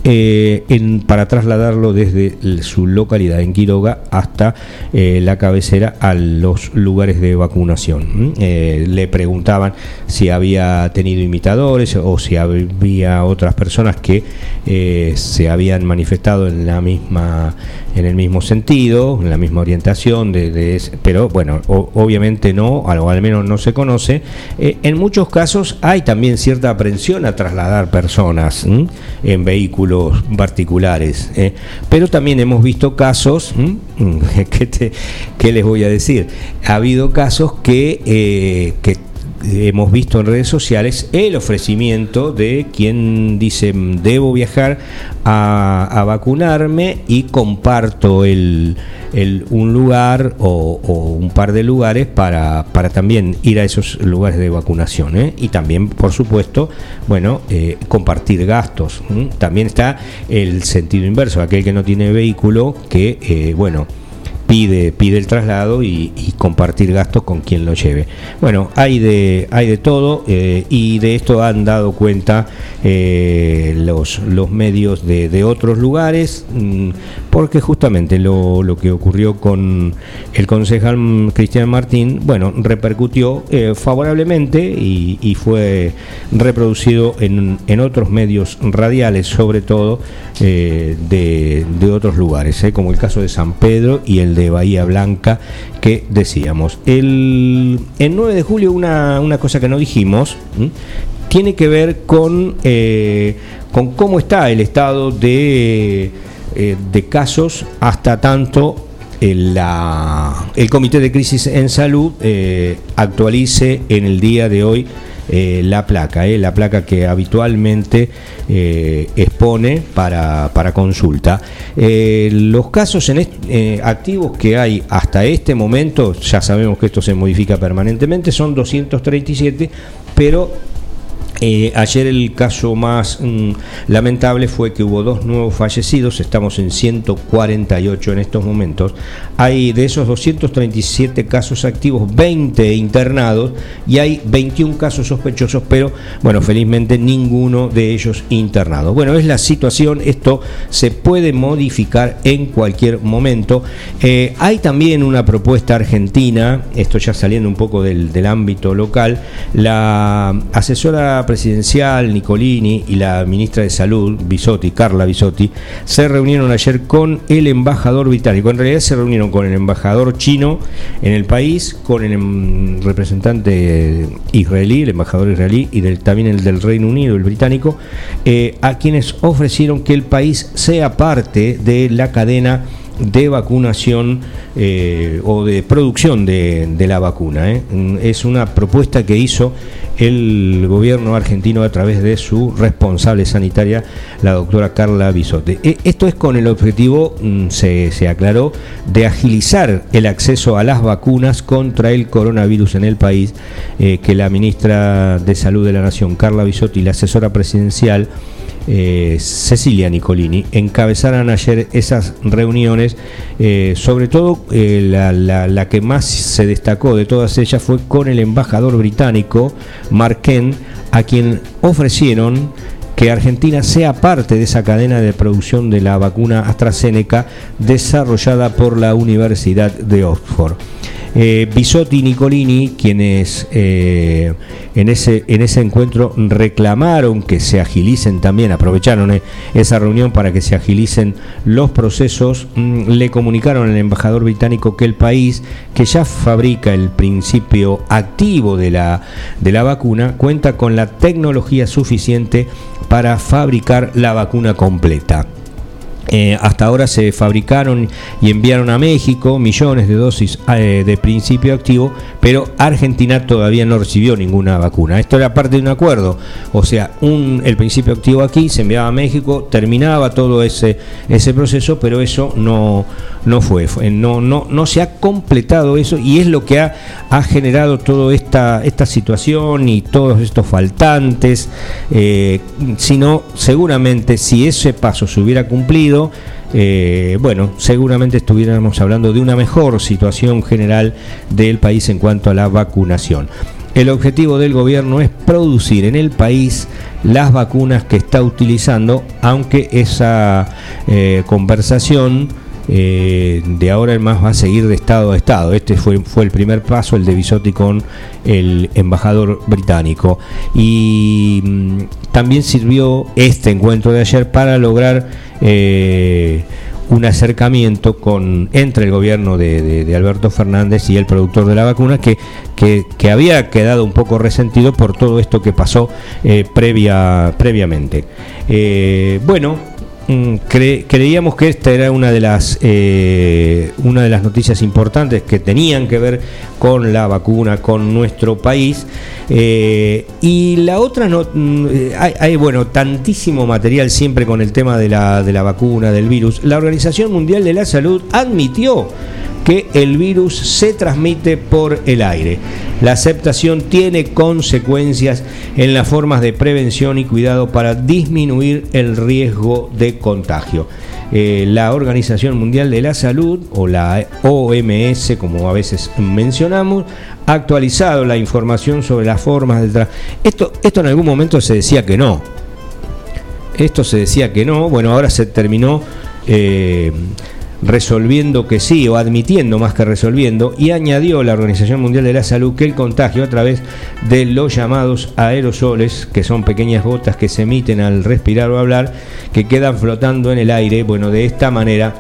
S2: para trasladarlo desde su localidad en Quiroga hasta la cabecera a los lugares de vacunación. Le preguntaban si había tenido imitadores o si había otras personas que se habían manifestado en el mismo sentido, en la misma orientación, pero bueno, obviamente no, o al menos no se conoce. En muchos casos hay también cierta aprensión a trasladar personas en vehículos particulares, pero también hemos visto casos, ¿qué les voy a decir? Ha habido casos que hemos visto en redes sociales el ofrecimiento de quien dice: debo viajar a vacunarme y comparto un lugar o un par de lugares para también ir a esos lugares de vacunación, y también, por supuesto, bueno, compartir gastos. También está el sentido inverso, aquel que no tiene vehículo, que bueno, pide el traslado y compartir gastos con quien lo lleve. Bueno, hay de todo, y de esto han dado cuenta los medios de otros lugares, porque justamente lo que ocurrió con el concejal Cristian Martín, bueno, repercutió favorablemente y fue reproducido en otros medios radiales, sobre todo de otros lugares, como el caso de San Pedro y el de Bahía Blanca que decíamos. El 9 de julio una cosa que no dijimos tiene que ver con cómo está el estado de casos, hasta tanto el Comité de Crisis en Salud actualice en el día de hoy la placa que habitualmente expone para consulta. Los casos activos que hay hasta este momento, ya sabemos que esto se modifica permanentemente, son 237, pero ayer el caso más lamentable fue que hubo 2 nuevos fallecidos. Estamos en 148 en estos momentos. Hay de esos 237 casos activos, 20 internados y hay 21 casos sospechosos, pero bueno, felizmente ninguno de ellos internados. Bueno, es la situación, esto se puede modificar en cualquier momento. Hay también una propuesta argentina, esto ya saliendo un poco del ámbito local. La asesora presidencial Nicolini y la ministra de Salud, Carla Bisotti, se reunieron ayer con el embajador británico. En realidad se reunieron con el embajador chino en el país, con el representante israelí, el embajador israelí, y también el del Reino Unido, el británico, a quienes ofrecieron que el país sea parte de la cadena de vacunación o de producción de la vacuna. Es una propuesta que hizo el gobierno argentino a través de su responsable sanitaria, la doctora Carla Bisotti. Esto es con el objetivo, se aclaró, de agilizar el acceso a las vacunas contra el coronavirus en el país, que la ministra de Salud de la Nación, Carla Bisotti, y la asesora presidencial Cecilia Nicolini encabezaron ayer esas reuniones. Sobre todo la que más se destacó de todas ellas fue con el embajador británico Mark Kent, a quien ofrecieron que Argentina sea parte de esa cadena de producción de la vacuna AstraZeneca desarrollada por la Universidad de Oxford. Bisotti y Nicolini, quienes en ese encuentro reclamaron que se agilicen también, aprovecharon esa reunión para que se agilicen los procesos, le comunicaron al embajador británico que el país, que ya fabrica el principio activo de la vacuna, cuenta con la tecnología suficiente para fabricar la vacuna completa. Hasta ahora se fabricaron y enviaron a México millones de dosis de principio activo, pero Argentina todavía no recibió ninguna vacuna. Esto era parte de un acuerdo, o sea, el principio activo aquí se enviaba a México, terminaba todo ese proceso, pero eso no se ha completado eso, y es lo que ha generado toda esta situación y todos estos faltantes. Sino, seguramente, si ese paso se hubiera cumplido, seguramente estuviéramos hablando de una mejor situación general del país en cuanto a la vacunación. El objetivo del gobierno es producir en el país las vacunas que está utilizando, aunque esa conversación de ahora en más va a seguir de estado a estado. Este fue el primer paso, el de Bisotti con el embajador británico, y también sirvió este encuentro de ayer para lograr un acercamiento entre el gobierno de Alberto Fernández y el productor de la vacuna, que había quedado un poco resentido por todo esto que pasó previamente. Creíamos que esta era una de las noticias importantes que tenían que ver con la vacuna, con nuestro país, y la otra hay tantísimo material siempre con el tema de la vacuna, del virus. La Organización Mundial de la Salud admitió que el virus se transmite por el aire. La aceptación tiene consecuencias en las formas de prevención y cuidado para disminuir el riesgo de contagio. La Organización Mundial de la Salud, o la OMS, como a veces mencionamos, ha actualizado la información sobre las formas de esto en algún momento se decía que no. Bueno, ahora se terminó resolviendo que sí, o admitiendo más que resolviendo, y añadió la Organización Mundial de la Salud que el contagio a través de los llamados aerosoles, que son pequeñas gotas que se emiten al respirar o hablar, que quedan flotando en el aire. Bueno, de esta manera,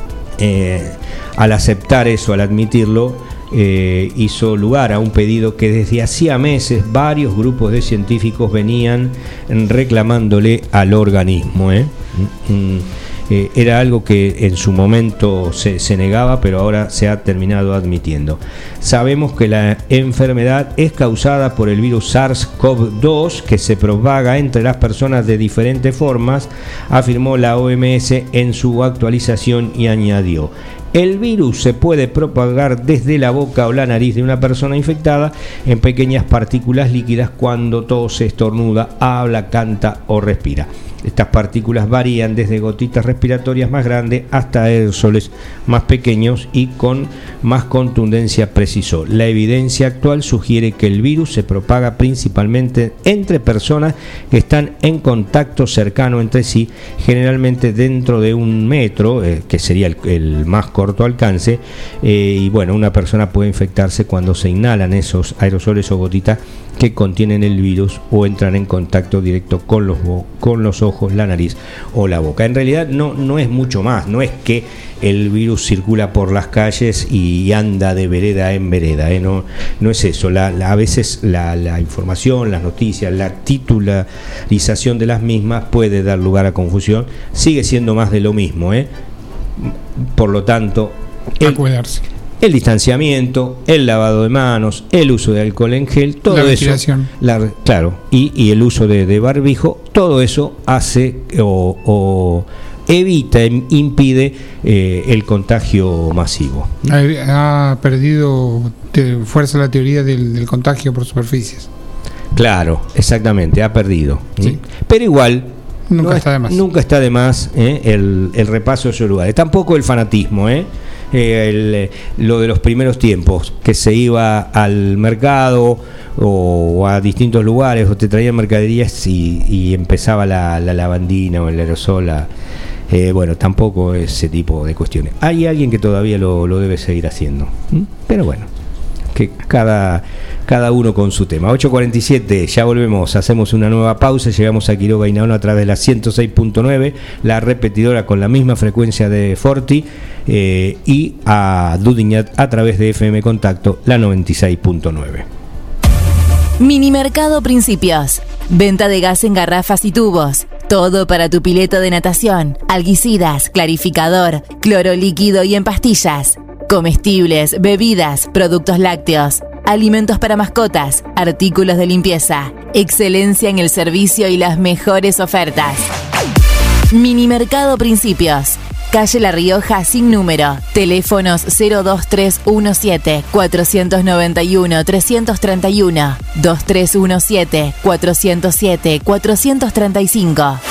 S2: al aceptar eso, al admitirlo, hizo lugar a un pedido que desde hacía meses varios grupos de científicos venían reclamándole al organismo. era algo que en su momento se negaba, pero ahora se ha terminado admitiendo. Sabemos que la enfermedad es causada por el virus SARS-CoV-2 que se propaga entre las personas de diferentes formas, afirmó la OMS en su actualización y añadió: el virus se puede propagar desde la boca o la nariz de una persona infectada en pequeñas partículas líquidas cuando tose, estornuda, habla, canta o respira. Estas partículas varían desde gotitas respiratorias más grandes hasta aerosoles más pequeños y con más contundencia, precisó. La evidencia actual sugiere que el virus se propaga principalmente entre personas que están en contacto cercano entre sí, generalmente dentro de 1 metro, que sería el más corto alcance, y bueno, una persona puede infectarse cuando se inhalan esos aerosoles o gotitas que contienen el virus o entran en contacto directo con los ojos, la nariz o la boca. En realidad no es mucho más, no es que el virus circula por las calles y anda de vereda en vereda, no es eso. A veces la información, las noticias, la titularización de las mismas puede dar lugar a confusión, sigue siendo más de lo mismo, por lo tanto,
S3: a cuidarse.
S2: El distanciamiento, el lavado de manos, el uso de alcohol en gel, todo
S3: la
S2: eso,
S3: ventilación.
S2: Claro, y el uso de barbijo, todo eso hace o evita, impide el contagio masivo.
S3: Ha perdido fuerza la teoría del contagio por superficies.
S2: Claro, exactamente, ha perdido.
S3: Sí.
S2: Pero igual
S3: nunca está de más.
S2: Nunca está de más el repaso de esos lugares. Tampoco el fanatismo, lo de los primeros tiempos, que se iba al mercado o a distintos lugares o te traían mercaderías y empezaba la lavandina o el aerosol. Bueno, tampoco ese tipo de cuestiones. Hay alguien que todavía lo debe seguir haciendo, pero bueno, que cada uno con su tema. 8:47, ya volvemos, hacemos una nueva pausa, llegamos a Quiroga y Naona a través de la 106.9, la repetidora con la misma frecuencia de Forti, y a Dudiñat a través de FM Contacto, la 96.9.
S7: Minimercado Principios. Venta de gas en garrafas y tubos. Todo para tu pileta de natación. Algicidas, clarificador, cloro líquido y en pastillas. Comestibles, bebidas, productos lácteos, alimentos para mascotas, artículos de limpieza. Excelencia en el servicio y las mejores ofertas. Minimercado Principios. Calle La Rioja sin número. Teléfonos 02317 491 331 2317 407 435.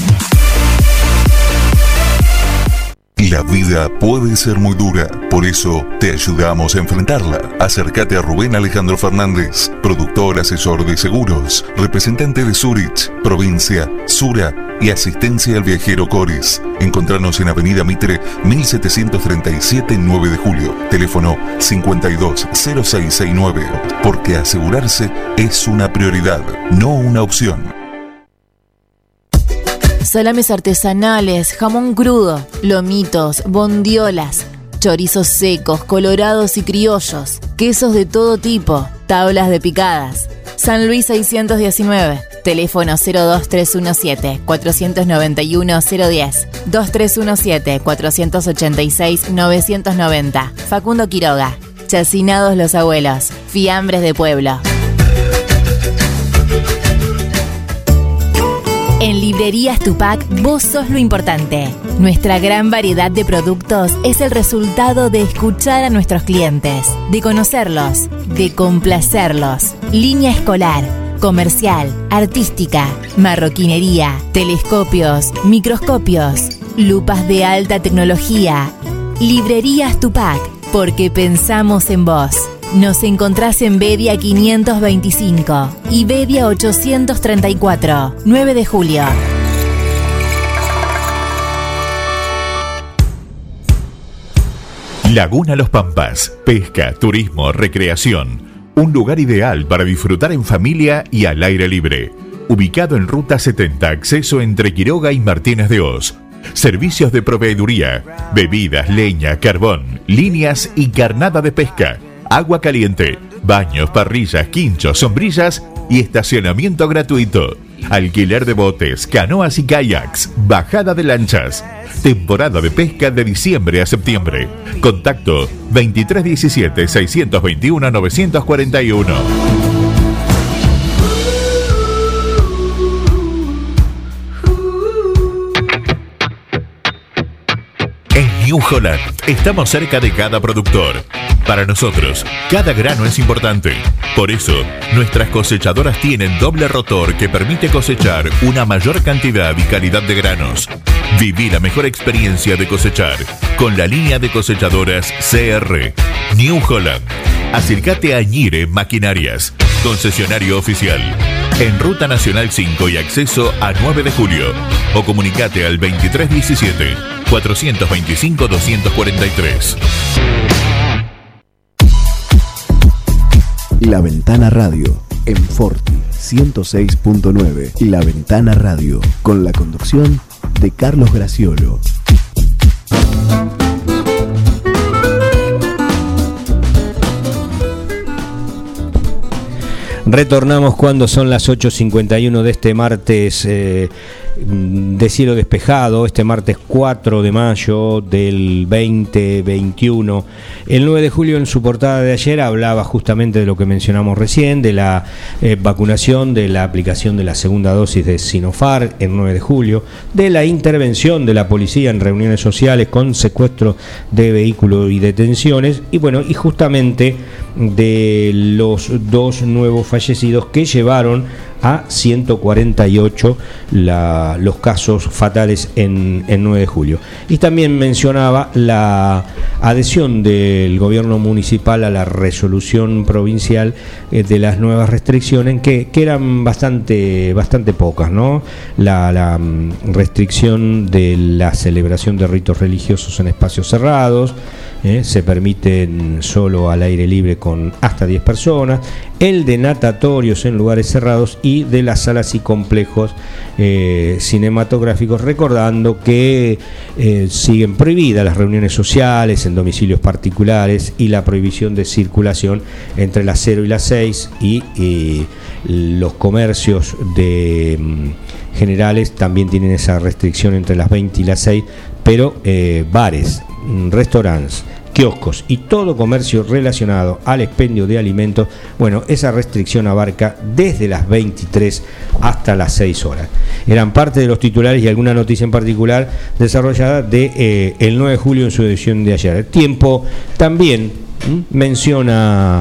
S8: La vida puede ser muy dura, por eso te ayudamos a enfrentarla. Acércate a Rubén Alejandro Fernández, productor asesor de seguros, representante de Zurich, provincia, Sura y asistencia al viajero Coris. Encontranos en Avenida Mitre 1737, 9 de julio. Teléfono 520669, porque asegurarse es una prioridad, no una opción.
S7: Salames artesanales, jamón crudo, lomitos, bondiolas, chorizos secos, colorados y criollos, quesos de todo tipo, tablas de picadas. San Luis 619, teléfono 02317 491 010, 2317 486 990. Facundo Quiroga, Chacinados los Abuelos, fiambres de pueblo. En Librerías Tupac, vos sos lo importante. Nuestra gran variedad de productos es el resultado de escuchar a nuestros clientes, de conocerlos, de complacerlos. Línea escolar, comercial, artística, marroquinería, telescopios, microscopios, lupas de alta tecnología. Librerías Tupac, porque pensamos en vos. Nos encontrás en Bedia 525 y Bedia 834, 9 de julio.
S5: Laguna Los Pampas, pesca, turismo, recreación. Un lugar ideal para disfrutar en familia y al aire libre. Ubicado en Ruta 70, acceso entre Quiroga y Martínez de Os. Servicios de proveeduría, bebidas, leña, carbón, líneas y carnada de pesca. Agua caliente, baños, parrillas, quinchos, sombrillas y estacionamiento gratuito. Alquiler de botes, canoas y kayaks, bajada de lanchas. Temporada de pesca de diciembre a septiembre. Contacto 2317-621-941. En New Holland estamos cerca de cada productor. Para nosotros, cada grano es importante. Por eso, nuestras cosechadoras tienen doble rotor que permite cosechar una mayor cantidad y calidad de granos. Viví la mejor experiencia de cosechar con la línea de cosechadoras CR. New Holland. Acércate a Ñire Maquinarias, concesionario oficial. En Ruta Nacional 5 y acceso a 9 de julio. O comunicate al 2317-425-243.
S1: La Ventana Radio, en Forti 106.9. La Ventana Radio, con la conducción de Carlos Graciolo.
S2: Retornamos cuando son las 8:51 de este martes de cielo despejado, este martes 4 de mayo del 2021. El 9 de julio en su portada de ayer hablaba justamente de lo que mencionamos recién, de la vacunación, de la aplicación de la segunda dosis de Sinopharm el 9 de julio, de la intervención de la policía en reuniones sociales con secuestro de vehículos y detenciones, y bueno, y justamente de los dos nuevos fallecidos que llevaron a 148 los casos fatales en 9 de julio. Y también mencionaba la adhesión del gobierno municipal a la resolución provincial de las nuevas restricciones, que eran bastante pocas, ¿no? La restricción de la celebración de ritos religiosos en espacios cerrados, se permiten solo al aire libre con hasta 10 personas, el de natatorios en lugares cerrados y de las salas y complejos cinematográficos, recordando que siguen prohibidas las reuniones sociales en domicilios particulares y la prohibición de circulación entre las 0 y las 6 y los comercios generales también tienen esa restricción entre las 20 y las 6, pero bares, restaurantes, kioscos y todo comercio relacionado al expendio de alimentos, bueno, esa restricción abarca desde las 23 hasta las 6 horas. Eran parte de los titulares y alguna noticia en particular desarrollada de el 9 de julio en su edición de ayer. Tiempo también menciona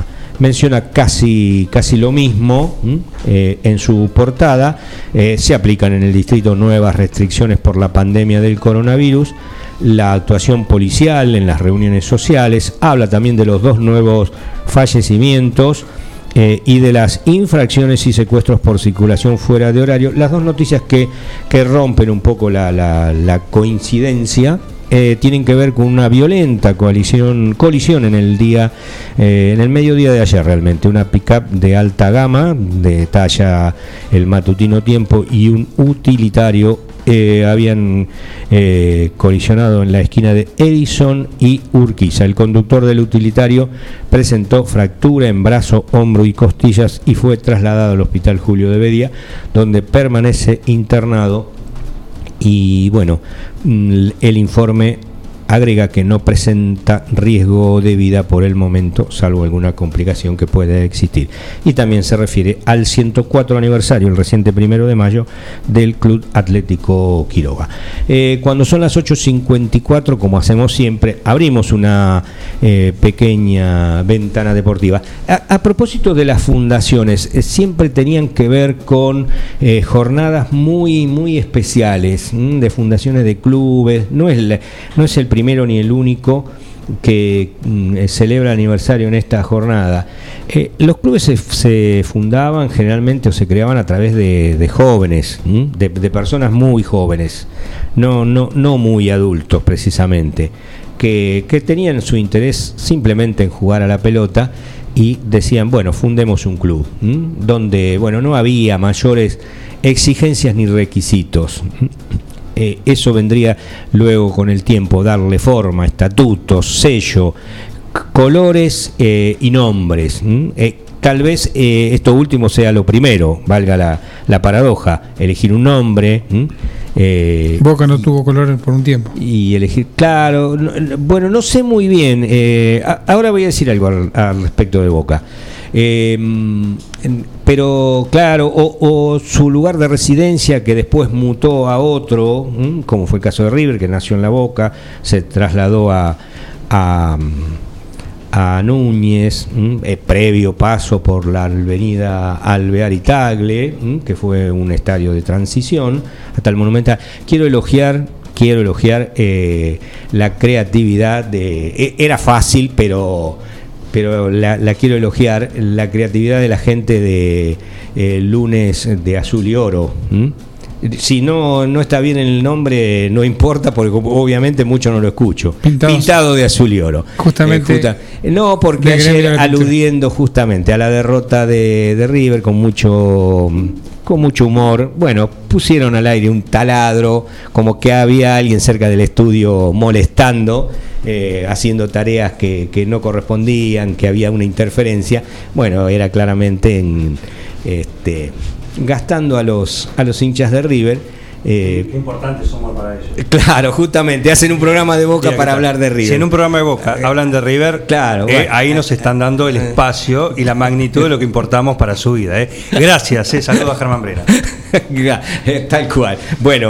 S2: casi lo mismo en su portada. Se aplican en el distrito nuevas restricciones por la pandemia del coronavirus. La actuación policial en las reuniones sociales, habla también de los dos nuevos fallecimientos y de las infracciones y secuestros por circulación fuera de horario. Las dos noticias que rompen un poco la coincidencia tienen que ver con una violenta colisión en el mediodía de ayer, realmente. Una pick-up de alta gama, de talla el matutino Tiempo, y un utilitario habían colisionado en la esquina de Edison y Urquiza. El conductor del utilitario presentó fractura en brazo, hombro y costillas y fue trasladado al hospital Julio de Bedia, donde permanece internado. Y bueno, el informe agrega que no presenta riesgo de vida por el momento, salvo alguna complicación que pueda existir. Y también se refiere al 104 aniversario, el reciente 1 de mayo, del Club Atlético Quiroga. Cuando son las 8:54, como hacemos siempre, abrimos una pequeña ventana deportiva. A propósito de las fundaciones, siempre tenían que ver con jornadas muy especiales, de fundaciones de clubes. No es el primero ni el único que celebra aniversario en esta jornada. Los clubes se fundaban generalmente o se creaban a través de jóvenes, de personas muy jóvenes, no muy adultos precisamente, que tenían su interés simplemente en jugar a la pelota y decían, bueno, fundemos un club, donde, bueno, no había mayores exigencias ni requisitos. Eso vendría luego con el tiempo, darle forma, estatutos, sello, colores y nombres, tal vez esto último sea lo primero, valga la paradoja, elegir un nombre.
S3: Boca no tuvo color por un tiempo.
S2: Y elegir, claro, bueno, no sé muy bien, ahora voy a decir algo al respecto de Boca. Pero claro, o su lugar de residencia que después mutó a otro, como fue el caso de River, que nació en La Boca, se trasladó a Núñez, previo paso por la avenida Alvear y Tagle, que fue un estadio de transición hasta el Monumental. Quiero elogiar la creatividad era fácil, pero la quiero elogiar, la creatividad de la gente de Lunes de Azul y Oro. Si no está bien el nombre, no importa, porque obviamente mucho no lo escucho. Pintado de azul y oro.
S3: Justamente.
S2: No, porque ayer, aludiendo justamente a la derrota de River con mucho humor, bueno, pusieron al aire un taladro, como que había alguien cerca del estudio molestando, haciendo tareas que no correspondían, que había una interferencia. Bueno, era claramente gastando a los hinchas de River.
S9: Qué importantes somos para ellos.
S2: Claro, justamente, hacen un programa de Boca para hablar de River.
S9: Si en un programa de Boca hablan de River,
S2: claro, bueno,
S9: ahí nos están dando el espacio y la magnitud de lo que importamos para su vida. Gracias, saludos a Germán Brera.
S2: Tal cual. Bueno,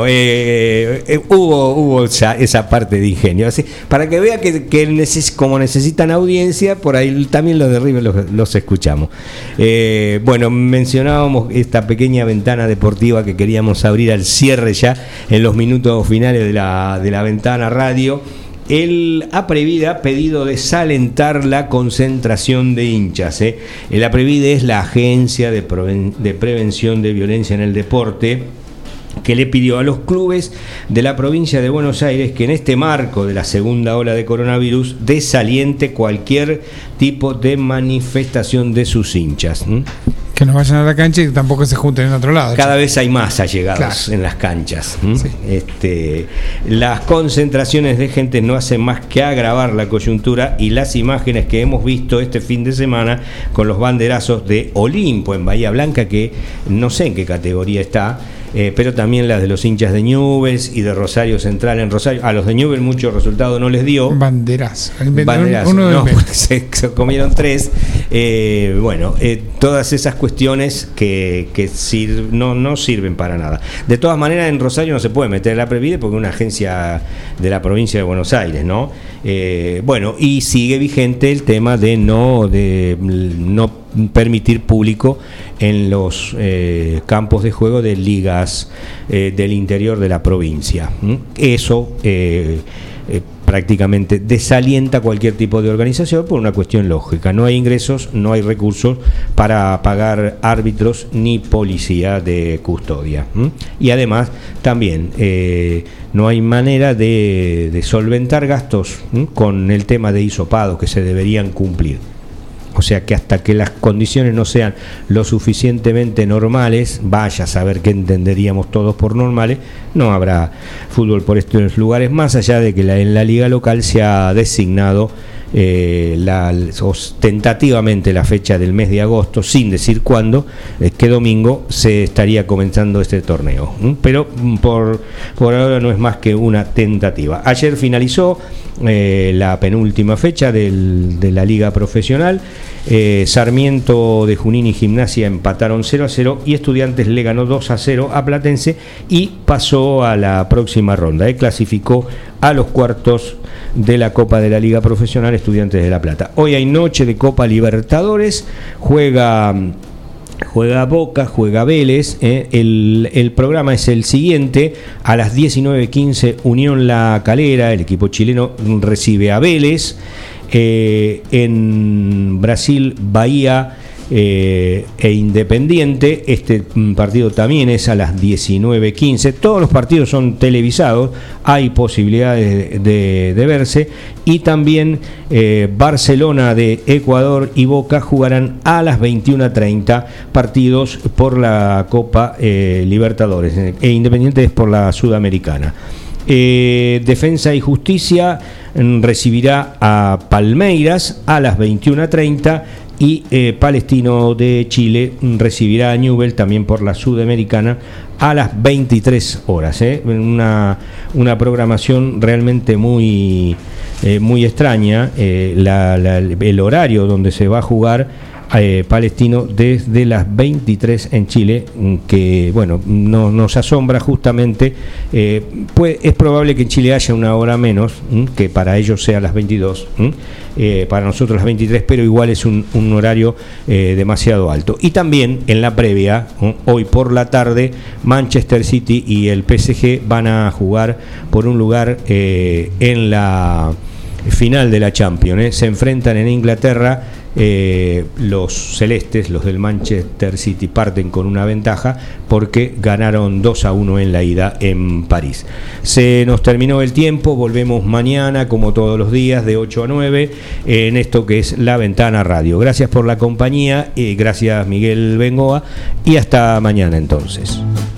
S2: hubo esa parte de ingenio. Así, para que vea que como necesitan audiencia, por ahí también los de River los escuchamos. Bueno, mencionábamos esta pequeña ventana deportiva que queríamos abrir al cierre ya en los minutos finales de la ventana radio. El APREVIDE ha pedido desalentar la concentración de hinchas. El APREVIDE es la Agencia de Prevención de Violencia en el Deporte, que le pidió a los clubes de la provincia de Buenos Aires que en este marco de la segunda ola de coronavirus desaliente cualquier tipo de manifestación de sus hinchas.
S3: Que no vayan a la cancha y tampoco se junten en otro lado.
S2: Cada vez hay más allegados en las canchas. Sí. Las concentraciones de gente no hacen más que agravar la coyuntura, y las imágenes que hemos visto este fin de semana con los banderazos de Olimpo en Bahía Blanca, que no sé en qué categoría está, pero también las de los hinchas de Newell's y de Rosario Central en Rosario. A los de Newell's mucho resultado no les dio.
S3: Banderazo.
S2: No, se comieron 3. Todas esas cuestiones que no sirven para nada. De todas maneras, en Rosario no se puede meter la APREVIDE porque es una agencia de la provincia de Buenos Aires, ¿no? Y sigue vigente el tema de no permitir público en los campos de juego de ligas del interior de la provincia. Eso prácticamente desalienta cualquier tipo de organización por una cuestión lógica. No hay ingresos, no hay recursos para pagar árbitros ni policía de custodia. Y además también no hay manera de solventar gastos con el tema de hisopados que se deberían cumplir. O sea que hasta que las condiciones no sean lo suficientemente normales, vaya a saber qué entenderíamos todos por normales, no habrá fútbol por estos lugares, más allá de que en la liga local se ha designado tentativamente la fecha del mes de agosto, sin decir cuándo, qué domingo se estaría comenzando este torneo. Pero por ahora no es más que una tentativa. Ayer finalizó la penúltima fecha de la liga profesional. Sarmiento de Junín y Gimnasia empataron 0-0 y Estudiantes le ganó 2-0 a Platense y pasó a la próxima ronda. Clasificó a los cuartos de la Copa de la Liga Profesional Estudiantes de La Plata. Hoy hay noche de Copa Libertadores, juega Boca, juega Vélez. El programa es el siguiente: a las 19:15 Unión La Calera, el equipo chileno, recibe a Vélez. En Brasil, Bahía e Independiente. Este partido también es a las 19:15. Todos los partidos son televisados, hay posibilidades de verse. Y también Barcelona de Ecuador y Boca jugarán a las 21:30 partidos por la Copa Libertadores, e Independiente es por la Sudamericana. Defensa y Justicia recibirá a Palmeiras a las 21:30 y Palestino de Chile recibirá a Newell's también por la Sudamericana a las 23 horas. Una programación realmente muy extraña, el horario donde se va a jugar Palestino desde las 23 en Chile, que bueno, nos asombra justamente. Es probable que en Chile haya una hora menos, que para ellos sea las 22, para nosotros las 23, pero igual es un horario demasiado alto. Y también en la previa, hoy por la tarde, Manchester City y el PSG van a jugar por un lugar en la final de la Champions. Se enfrentan en Inglaterra. Los celestes, los del Manchester City, parten con una ventaja porque ganaron 2-1 en la ida en París. Se nos terminó el tiempo, volvemos mañana como todos los días de 8 a 9 en esto que es La Ventana Radio. Gracias por la compañía, gracias Miguel Bengoa y hasta mañana entonces.